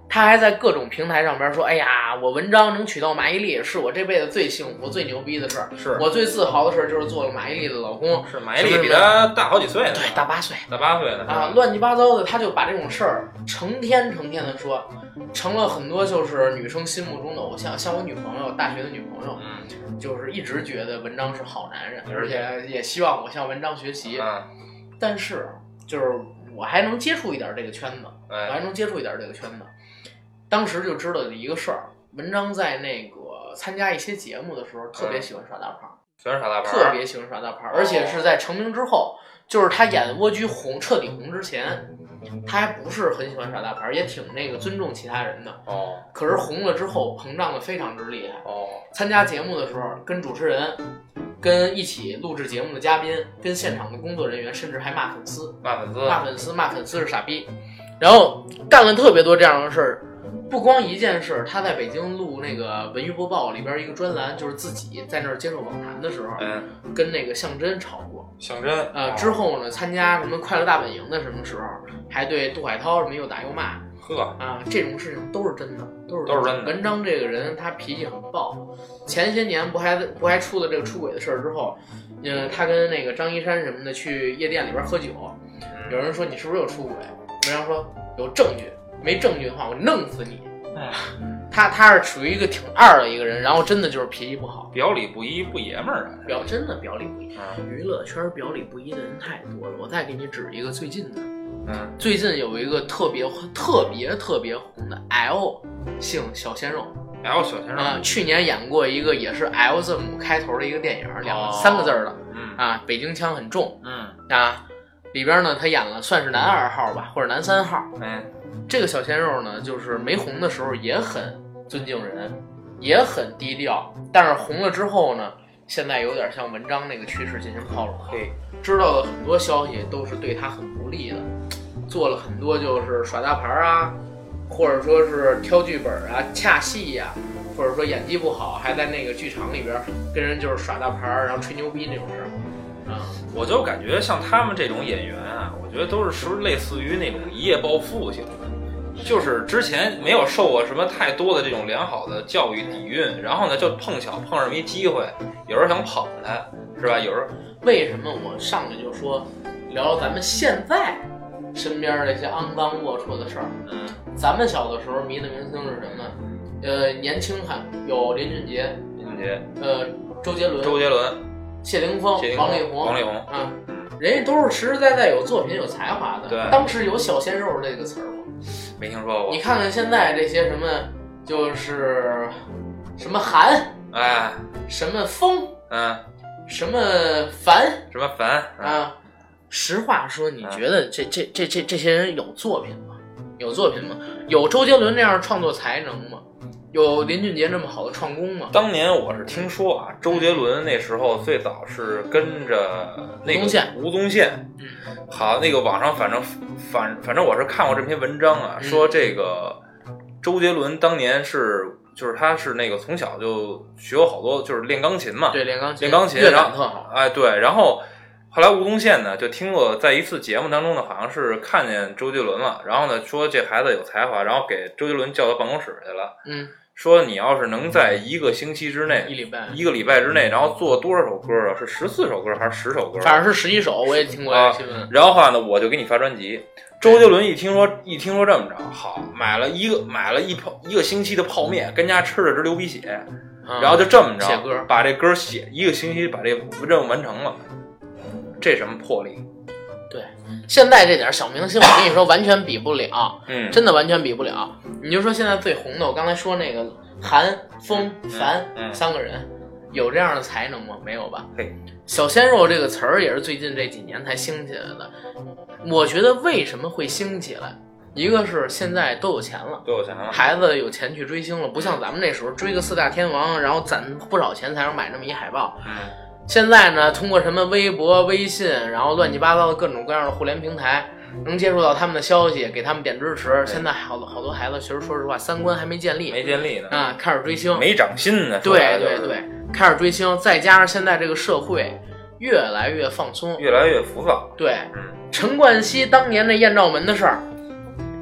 他还在各种平台上边说：“哎呀，我文章能娶到马伊琍，是我这辈子最幸福、最牛逼的事儿。 是我最自豪的事儿，就是做了马伊琍的老公。 是马伊琍比他大好几岁呢， 对，大八岁， 大八岁呢啊，乱七八糟的，他就把这种事儿成天成天的说，成了很多就是女生心目中的偶像。像我女朋友，大学的女朋友， 嗯， 就是一直觉得文章是好男人，而且也希望我向文章学习。 嗯， 但是就是我还能接触一点这个圈子， 哎、 我还能接触一点这个圈子。当时就知道一个事儿，文章在那个参加一些节目的时候，特别喜欢耍大牌， 喜欢耍大牌， 特别喜欢耍大牌，而且是在成名之后，就是他演蜗居红彻底红之前，他还不是很喜欢耍大牌，也挺那个尊重其他人的。 哦， 可是红了之后，膨胀的非常之厉害。 哦， 参加节目的时候，跟主持人、跟一起录制节目的嘉宾、跟现场的工作人员，甚至还骂粉丝， 骂粉丝， 骂粉丝，骂粉丝是傻逼，然后干了特别多这样的事儿。不光一件事，他在北京录那个文娱播报里边一个专栏，就是自己在那儿接受访谈的时候， 嗯， 跟那个向真吵过。 向真， 呃，之后呢，参加什么快乐大本营的什么时候，还对杜海涛什么又打又骂。 呵， 啊，这种事情都是真的，都是都是真的。 文章这个人他脾气很暴，前些年不还不还出了这个出轨的事儿之后，嗯，他跟那个张一山什么的去夜店里边喝酒， 嗯、 有人说你是不是有出轨？文章说有证据。没证据的话，我弄死你！ 哎， 他他是属于一个挺二的一个人，然后真的就是脾气不好， 表里不一，不爷们儿啊！ 表真的表里不一。 嗯、 娱乐圈表里不一的人太多了。我再给你指一个最近的， 嗯， 最近有一个特别特别特别红的 L 姓小鲜肉 ，L 小鲜肉啊、呃，去年演过一个也是 L 字母开头的一个电影，两个、 哦、 三个字的， 嗯啊，北京腔很重， 嗯啊，里边呢他演了算是男二号吧，或者男三号， 嗯。 这个小鲜肉呢，就是没红的时候也很尊敬人，也很低调，但是红了之后呢，现在有点向文章那个趋势进行靠拢。 嘿， 知道的很多消息都是对他很不利的，做了很多就是耍大牌啊，或者说是挑剧本啊、恰戏呀、啊，或者说演技不好，还在那个剧场里边跟人就是耍大牌，然后吹牛逼那种事儿。啊、嗯， 我就感觉像他们这种演员啊，我觉得都是是不是类似于那种一夜暴富型的。就是之前没有受过什么太多的这种良好的教育底蕴，然后呢就碰巧碰上一机会，有人想捧他，是吧？有人为什么我上来就说聊聊咱们现在身边这些肮脏龌龊的事儿？ 嗯， 咱们小的时候迷的明星是什么？呃，年轻还有林俊杰， 林俊杰， 呃，周杰伦， 周杰伦， 谢霆锋，王力宏， 王力宏， 啊，人家都是实实在在有作品、有才华的。 对， 当时有小鲜肉这个词儿吗？ 没听说过。 你看看现在这些什么，就是什么韩， 哎， 什么风， 嗯， 什么凡， 什么凡啊。实话说，你觉得这这这这这些人有作品吗？有作品吗？有周杰伦这样的创作才能吗？有林俊杰这么好的创功吗？ 当年我是听说啊，周杰伦那时候最早是跟着那个吴宗宪， 嗯， 好，那个网上反正反反正我是看过这篇文章啊， 嗯、 说这个周杰伦当年是就是他是那个从小就学过好多就是练钢琴嘛， 对，练钢琴， 练钢琴， 乐感特好， 哎对，然后后来吴宗宪呢就听过在一次节目当中呢，好像是看见周杰伦了，然后呢说这孩子有才华，然后给周杰伦叫到办公室去了， 嗯。 说你要是能在一个星期之内， 一礼拜， 一个礼拜之内，然后做多少首歌啊？是十四首歌还是十首歌？ 反正是十一首，我也听过这个新闻。 啊、然后话呢，我就给你发专辑。周杰伦一听说，一听说这么着，好，买了一个买了一泡一个星期的泡面，跟家吃着直流鼻血， 嗯、 然后就这么着写歌， 把这歌写一个星期，把这任务完成了。这什么魄力？ 对，现在这点小明星，我跟你说，完全比不了， 嗯， 真的完全比不了。你就说现在最红的，我刚才说那个韩、风、凡、 嗯嗯、 三个人，有这样的才能吗？没有吧？ 嘿， 小鲜肉这个词儿也是最近这几年才兴起来的。我觉得为什么会兴起来？一个是现在都有钱了， 都有钱了， 孩子有钱去追星了，不像咱们那时候追个四大天王，然后攒不少钱才能买这么一海报。 嗯。 现在呢，通过什么微博、微信，然后乱七八糟的各种各样的互联平台，能接触到他们的消息，给他们点支持。现在好多好多孩子，其实说实话，三观还没建立， 没建立呢啊，开始追星， 没长心呢。 对对对，开始追星，再加上现在这个社会越来越放松， 越来越浮躁。 对， 嗯， 陈冠希当年那艳照门的事儿，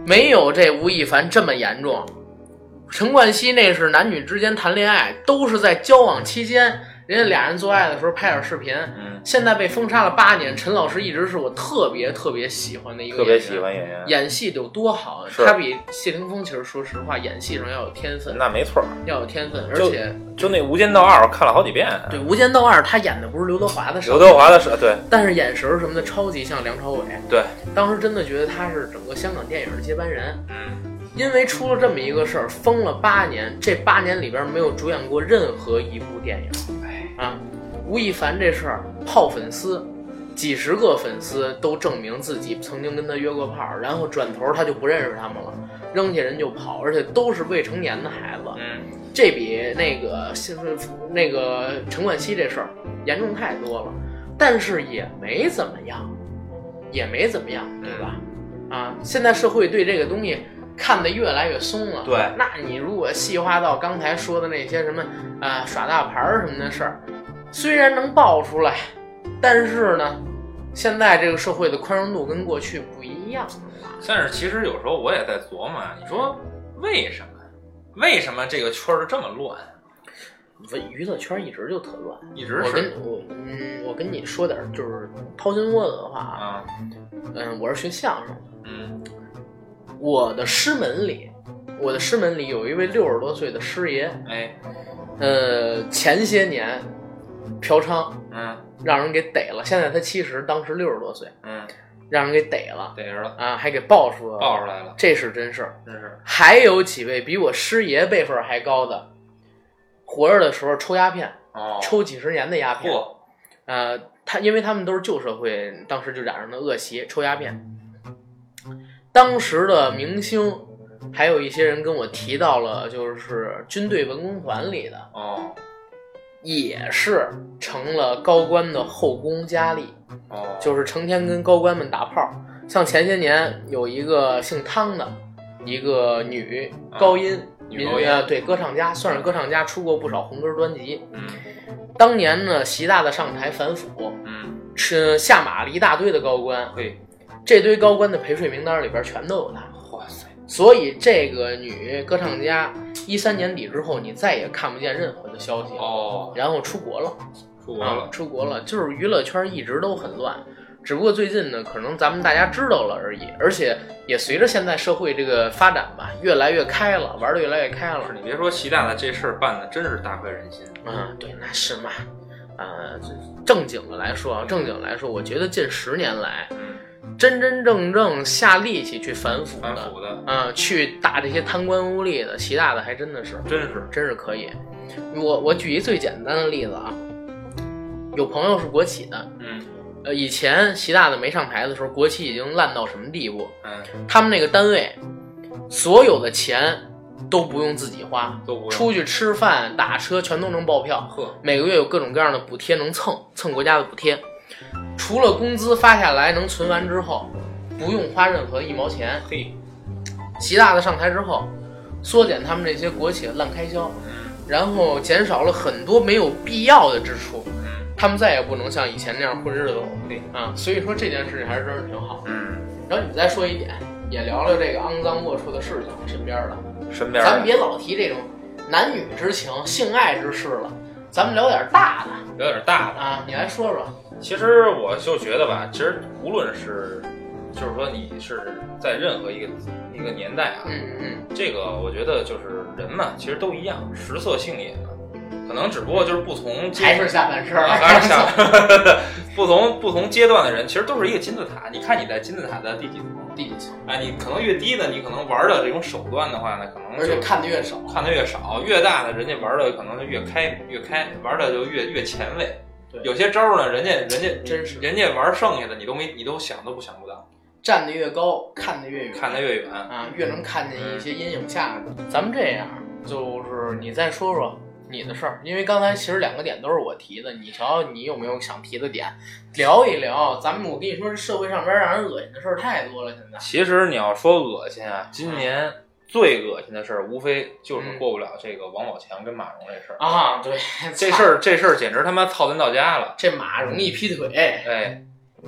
没有这吴亦凡这么严重。陈冠希那是男女之间谈恋爱，都是在交往期间，人家俩人做爱的时候拍点视频。 嗯， 现在被封杀了八年，陈老师一直是我特别特别喜欢的一个演员， 特别喜欢演员， 演戏得有多好？他比谢霆锋其实说实话，演戏上要有天分。 那没错， 要有天分，而且就那《无间道二》我看了好几遍。 对，《无间道二》他演的不是刘德华的事， 刘德华的事，对， 但是眼神什么的超级像梁朝伟。 对， 当时真的觉得他是整个香港电影的接班人。 嗯。 因为出了这么一个事儿，封了八年，这八年里边没有主演过任何一部电影。哎啊，吴亦凡这事儿泡粉丝，几十个粉丝都证明自己曾经跟他约过炮，然后转头他就不认识他们了，扔下人就跑，而且都是未成年的孩子。 嗯， 这比那个那个陈冠希这事儿严重太多了，但是也没怎么样，也没怎么样，对吧？嗯、啊，现在社会对这个东西看得越来越松了。 对， 那你如果细化到刚才说的那些什么啊、呃、耍大牌什么的事儿，虽然能爆出来，但是呢，现在这个社会的宽容度跟过去不一样了。 但是其实有时候我也在琢磨，你说为什么？为什么这个圈儿这么乱？ 娱乐圈一直就特乱， 一直是。 我跟我嗯，我跟你说点就是掏心窝子的话啊，嗯，我是学相声的， 嗯。 我的师门里，我的师门里有一位六十多岁的师爷， 哎， 呃，前些年嫖娼， 嗯， 让人给逮了。现在他七十，当时六十多岁， 嗯， 让人给逮了， 逮着了啊，还给爆出来了， 爆出来了， 这是真事儿， 真是。 还有几位比我师爷辈分还高的，活着的时候抽鸦片， 哦， 抽几十年的鸦片， 嚯， 呃，他因为他们都是旧社会，当时就染上了恶习，抽鸦片。当时的明星，还有一些人跟我提到了，就是军队文工团里的， 哦， 也是成了高官的后宫佳丽， 哦， 就是成天跟高官们打炮。像前些年有一个姓汤的，一个女高音， 女高音啊，对，歌唱家，算是歌唱家，出过不少红歌专辑。 嗯， 当年呢，习大大上台反腐， 嗯， 是下马了一大堆的高官， 对。 这堆高官的陪睡名单里边全都有他， 哇塞！ 所以这个女歌唱家一三年底之后，你再也看不见任何的消息哦。 然后出国了， 出国了、 啊，出国了。就是娱乐圈一直都很乱，只不过最近呢，可能咱们大家知道了而已，而且也随着现在社会这个发展吧，越来越开了，玩的越来越开了。 是你别说习大大这事儿办的真是大快人心。 嗯，对，那是嘛。呃，正经的来说啊，正经来说，我觉得近十年来。真真正正下力气去反腐的， 反腐的， 嗯、呃，去打这些贪官污吏的，习大大还真的是， 真是， 真是可以。我我举一最简单的例子啊，有朋友是国企的， 嗯， 呃，以前习大大没上台的时候，国企已经烂到什么地步？ 嗯， 他们那个单位，所有的钱都不用自己花， 都不用出去吃饭、打车全都能报票， 呵， 每个月有各种各样的补贴能蹭蹭国家的补贴。除了工资发下来能存完之后，不用花任何一毛钱。 嘿， 习大大上台之后，缩减他们这些国企的烂开销，然后减少了很多没有必要的支出，他们再也不能像以前那样混日子了。对啊，所以说这件事情还是真是挺好。 嗯， 然后你再说一点，也聊聊这个肮脏龌龊的事情，身边的， 身边， 咱们别老提这种男女之情、性爱之事了，咱们聊点大的， 聊点大的啊，你来说说。 其实我就觉得吧，其实无论是，就是说你是在任何一个一个年代啊， 嗯嗯， 这个我觉得就是人嘛，其实都一样，食色性也嘛，可能只不过就是不同阶还是下半身， 还是下不同不同阶段的人，其实都是一个金字塔。你看你在金字塔的第几层？ 第几层？ 哎，你可能越低的，你可能玩的这种手段的话呢，可能而且看的越少， 看的越少，越大的人家玩的可能就越开越开，玩的就越越前卫。有些招呢，人家人家真是人家玩剩下的，你都没你都想都不想不到。 站得越高，看得越远， 看得越远啊，越能看见一些阴影下的。咱们这样，就是你再说说你的事儿，因为刚才其实两个点都是我提的，你瞧你有没有想提的点，聊一聊。咱们我跟你说，这社会上边让人恶心的事儿太多了，现在。 其实你要说恶心啊，今年最恶心的事儿，无非就是过不了这个王宝强跟马蓉这事儿、 嗯、啊。对， 这事儿这事儿简直他妈操蛋到家了。 这马容易劈腿， 哎，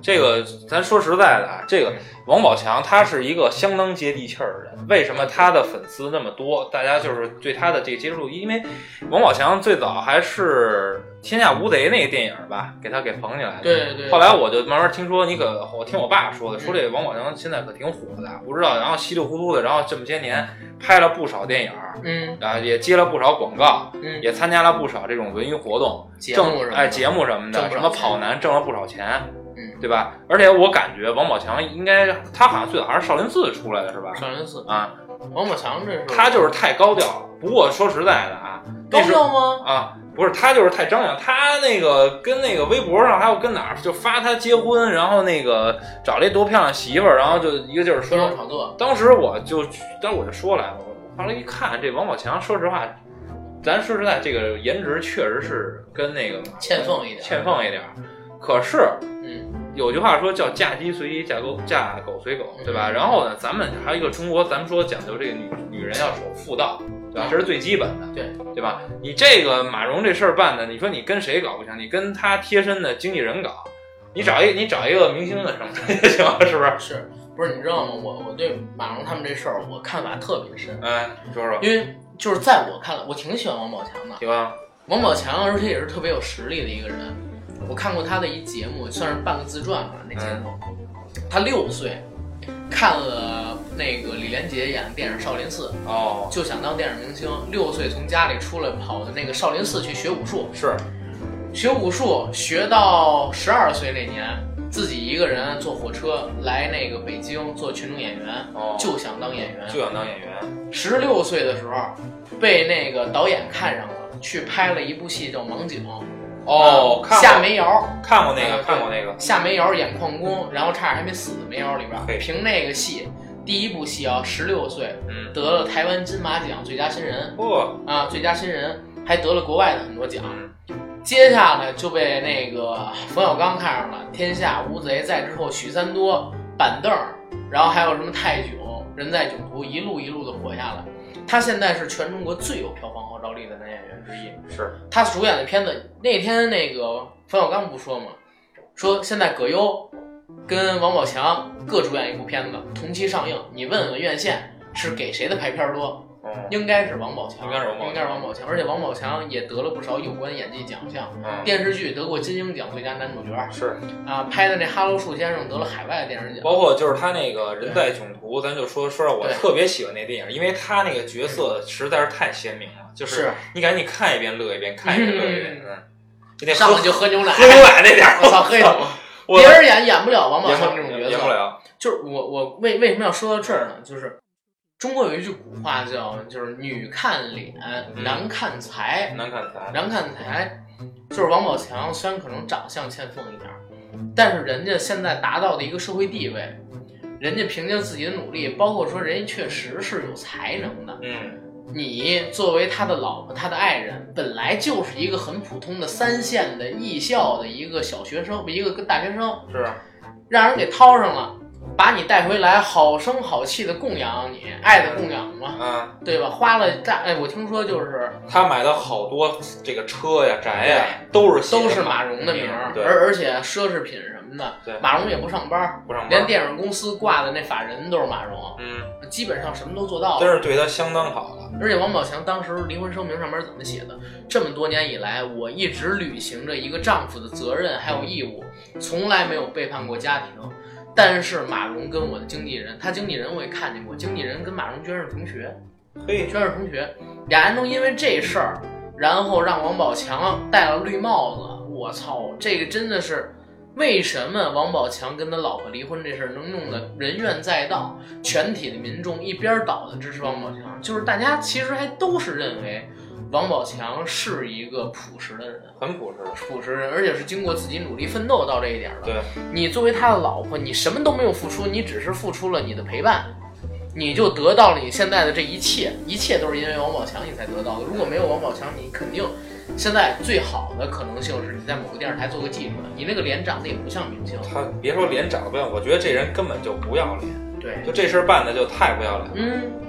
这个咱说实在的啊，这个王宝强他是一个相当接地气儿的人。为什么他的粉丝那么多？大家就是对他的这个接触，因为王宝强最早还是《天下无贼》那个电影吧，给他给捧起来的。 对对对。 后来我就慢慢听说，你可我听我爸说的，说这个王宝强现在可挺火的，不知道，然后稀里糊涂的，然后这么些年拍了不少电影， 嗯， 啊，也接了不少广告， 嗯， 也参加了不少这种文娱活动， 节目什么哎节目什么的，什么跑男挣了不少钱。 嗯， 对吧？而且我感觉王宝强应该，他好像最早还是少林寺出来的，是吧？ 少林寺啊， 王宝强这是他就是太高调了。不过说实在的啊， 高调吗？ 啊，不是，他就是太张扬。他那个跟那个微博上还有跟哪儿就发他结婚，然后那个找了一多漂亮媳妇儿，然后就一个劲儿说炒作。 当时我就，当时我就说来了，后来一看这王宝强，说实话，咱说实在，这个颜值确实是跟那个欠奉一点， 欠奉一点。可是， 嗯， 有句话说叫嫁鸡随鸡，嫁狗嫁狗随狗，对吧？然后呢，咱们还有一个中国，咱们说讲究这个女女人要守妇道，对吧？这是最基本的， 对对吧？你这个马蓉这事儿办的，你说你跟谁搞不行？你跟他贴身的经纪人搞，你找一你找一个明星的什么也行，是不是？ 是不是？你知道吗？我我对马蓉他们这事儿我看法特别深。 哎，你说说。 因为就是在我看来，我挺喜欢王宝强的。 喜欢。 王宝强，而且也是特别有实力的一个人。我看过他的一节目，算是半个自传吧。那节目，嗯、他六岁看了那个李连杰演的电影《少林寺》， 哦， 就想当电影明星。六岁从家里出来，跑的那个少林寺去学武术。 是， 学武术学到十二岁那年，自己一个人坐火车来那个北京做群众演员， 哦， 就想当演员， 就想当演员。 十六岁的时候，被那个导演看上了，去拍了一部戏叫《盲井》。 哦， 啊、夏梅瑶看过那个，看过那个。 夏梅瑶演矿工，然后差点还没死。梅瑶里边，凭那个戏，第一部戏啊，十六岁， 嗯， 得了台湾金马奖最佳新人。 哦， 啊，最佳新人，还得了国外的很多奖。 嗯、 接下来就被那个冯小刚看上了，《天下无贼》，再之后许三多、板凳，然后还有什么泰囧、人在囧途，一路一路的活下来。他现在是全中国最有票房号召力的男演员之一。 是他主演的片子，那天那个冯小刚不说吗？说现在葛优跟王宝强各主演一部片子，同期上映。你问问院线是给谁的排片多？ 嗯、 应该是王宝强， 应该是王宝强， 应该是王宝强。而且王宝强也得了不少有关演技奖项， 嗯、 电视剧得过金鹰奖最佳男主角， 是啊，拍的那《哈喽树先生》得了海外电视奖， 包括就是他那个人在囧途，咱就说说让我特别喜欢那电影，因为他那个角色实在是太鲜明了，就是你赶紧看一遍乐一遍，看一遍乐一遍，嗯，嗯上来就喝牛奶， 喝牛奶那点儿， 我操，黑头，别人演演不了王宝强这种角色， 演不了。 就是我我为为什么要说到这儿呢？就是中国有一句古话叫，就是女看脸，男看财， 男看财， 男看财。就是王宝强虽然可能长相欠奉一点，但是人家现在达到的一个社会地位，人家凭借自己的努力，包括说人家确实是有才能的。 嗯， 你作为他的老婆，他的爱人，本来就是一个很普通的三线的艺校的一个小学生，一个大学生， 是让人给掏上了。把你带回来，好声好气的供养你，爱的供养嘛， 嗯， 对吧？花了大，哎，我听说就是他买的好多这个车呀、宅呀，都是都是马蓉的名儿，而而且奢侈品什么的， 对， 马蓉也不上班， 不上班， 连电影公司挂的那法人都是马蓉， 嗯， 基本上什么都做到了， 真是对他相当好了。 而且王宝强当时离婚声明上面怎么写的？这么多年以来，我一直履行着一个丈夫的责任还有义务，从来没有背叛过家庭。但是马蓉跟我的经纪人，他经纪人我也看见过，经纪人跟马蓉居然是同学， 嘿， 居然是同学，俩人都因为这事儿，然后让王宝强戴了绿帽子。我操，这个真的是为什么王宝强跟他老婆离婚这事儿能弄得人怨载道，全体的民众一边倒的支持王宝强，就是大家其实还都是认为王宝强是一个朴实的人， 很朴实， 朴实人，而且是经过自己努力奋斗到这一点的。 对， 你作为他的老婆，你什么都没有付出，你只是付出了你的陪伴，你就得到了你现在的这一切，一切都是因为王宝强你才得到的。如果没有王宝强，你肯定现在最好的可能性是你在某个电视台做个记者，你那个脸长得也不像明星。 他别说脸长得不像，我觉得这人根本就不要脸。 对， 就这事儿办的就太不要脸了。 嗯。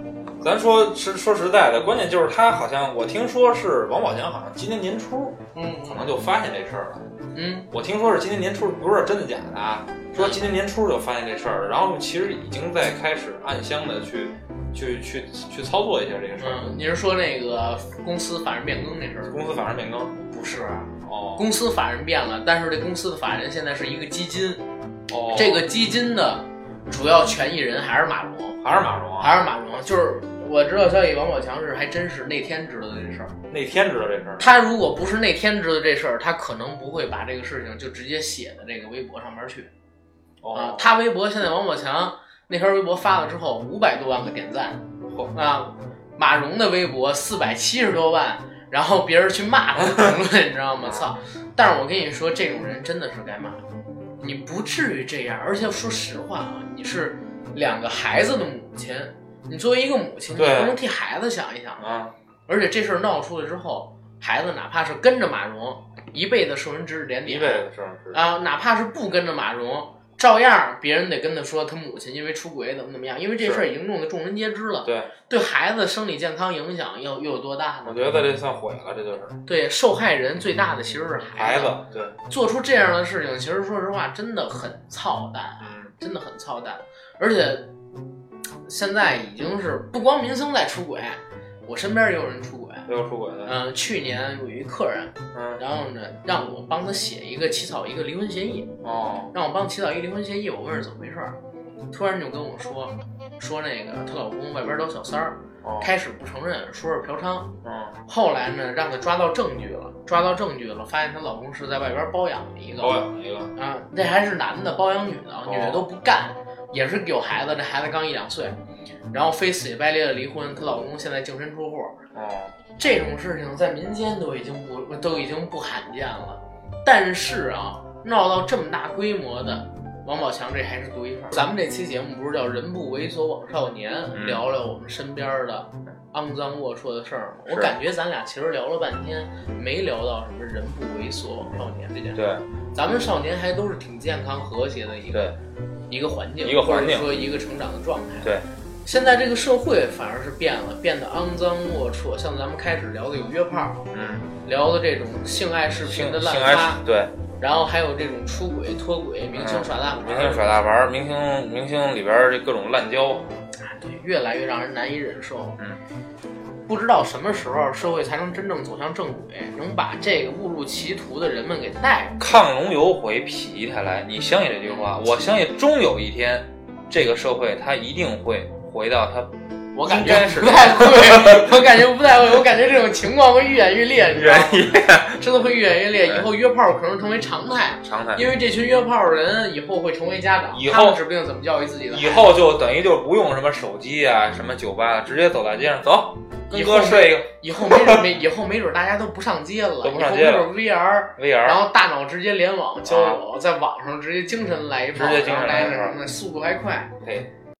咱说是说实在的，关键就是他好像我听说是王宝强，好像今年年初， 嗯， 可能就发现这事儿了。 嗯， 我听说是今年年初，不知道真的假的啊？说今年年初就发现这事儿，然后其实已经在开始暗箱的去去去去操作一下这个事儿。 嗯，你是说那个公司法人变更那事儿？ 公司法人变更不是啊。 哦， 公司法人变了，但是这公司的法人现在是一个基金。 哦， 这个基金的主要权益人还是马蓉， 还是马蓉啊？ 还是马蓉。就是我知道消息，王宝强是还真是那天知道的这事儿。 那天知道这事儿？ 他如果不是那天知道这事儿，他可能不会把这个事情就直接写在这个微博上面去。 哦， 啊，他微博现在王宝强那条微博发了之后，五百多万个点赞。啊，马蓉的微博四百七十多万，然后别人去骂他的评论，你知道吗？操！但是我跟你说，这种人真的是该骂。你不至于这样，而且说实话啊，你是两个孩子的母亲，你作为一个母亲，你不能替孩子想一想啊！ 而且这事儿闹出来之后，孩子哪怕是跟着马蓉，一辈子受人指指点点， 一辈子受人指指啊，哪怕是不跟着马蓉，照样别人得跟他说他母亲因为出轨怎么怎么样，因为这事儿已经弄得众人皆知了。 对， 对孩子生理健康影响又又有多大呢？ 我觉得这算毁了，这就是。 对，受害人最大的其实是孩子。 孩子，对， 做出这样的事情，其实说实话真的很操蛋， 嗯， 真的很操蛋。而且现在已经是不光明星在出轨，我身边也有人出轨。 有出轨的。 嗯、呃，去年有一客人， 嗯， 然后呢，让我帮他写一个起草一个离婚协议。 哦， 让我帮起草一个离婚协议，我问是怎么回事儿，突然就跟我说，说那个她老公外边找小三儿， 哦， 开始不承认，说是嫖娼， 嗯， 后来呢，让她抓到证据了，抓到证据了，发现她老公是在外边包养了一个， 包养了一个， 啊，这还是男的包养女的， 哦、 女的都不干，也是有孩子，这孩子刚一两岁，然后非死乞白咧的离婚，她老公现在净身出户， 哦， 这种事情在民间都已经不都已经不罕见了，但是啊。闹到这么大规模的，王宝强这还是独一份。咱们这期节目不是叫人不猥琐枉少年、嗯、聊聊我们身边的肮脏龌龊的事儿吗？我感觉咱俩其实聊了半天，没聊到什么人不猥琐枉少年这件事。 对， 咱们少年还都是挺健康和谐的一个一个环境， 一个环境， 或者说一个成长的状态。 对。 现在这个社会反而是变了，变得肮脏龌龊。像咱们开始聊的有约炮， 嗯， 聊的这种性爱视频的滥发， 对。 然后还有这种出轨、脱轨、明星耍大牌、 嗯，明星耍大牌，明星明星里边这各种滥交， 啊，对，越来越让人难以忍受。 嗯， 不知道什么时候社会才能真正走向正轨，能把这个误入歧途的人们给带出。 亢龙有悔，否极泰来。你相信这句话？我相信终有一天，这个社会它一定会回到它。 我感觉不太会，我感觉不太会，我感觉这种情况会越演越烈，你知道吗？真的会越演越烈，以后约炮可能成为常态， 常态。 因为这群约炮的人以后会成为家长， 以后他们指不定怎么教育自己的孩子。 以后就等于就不用什么手机啊，什么酒吧，直接走大街上走，跟哥睡一个。 以后没准没以后没准大家都不上街了， 都不上街了。 以后没准 V R，V R， 然后大脑直接联网交友，啊、在网上直接精神来一炮， 直接精神来一炮， 那速度还快。 对。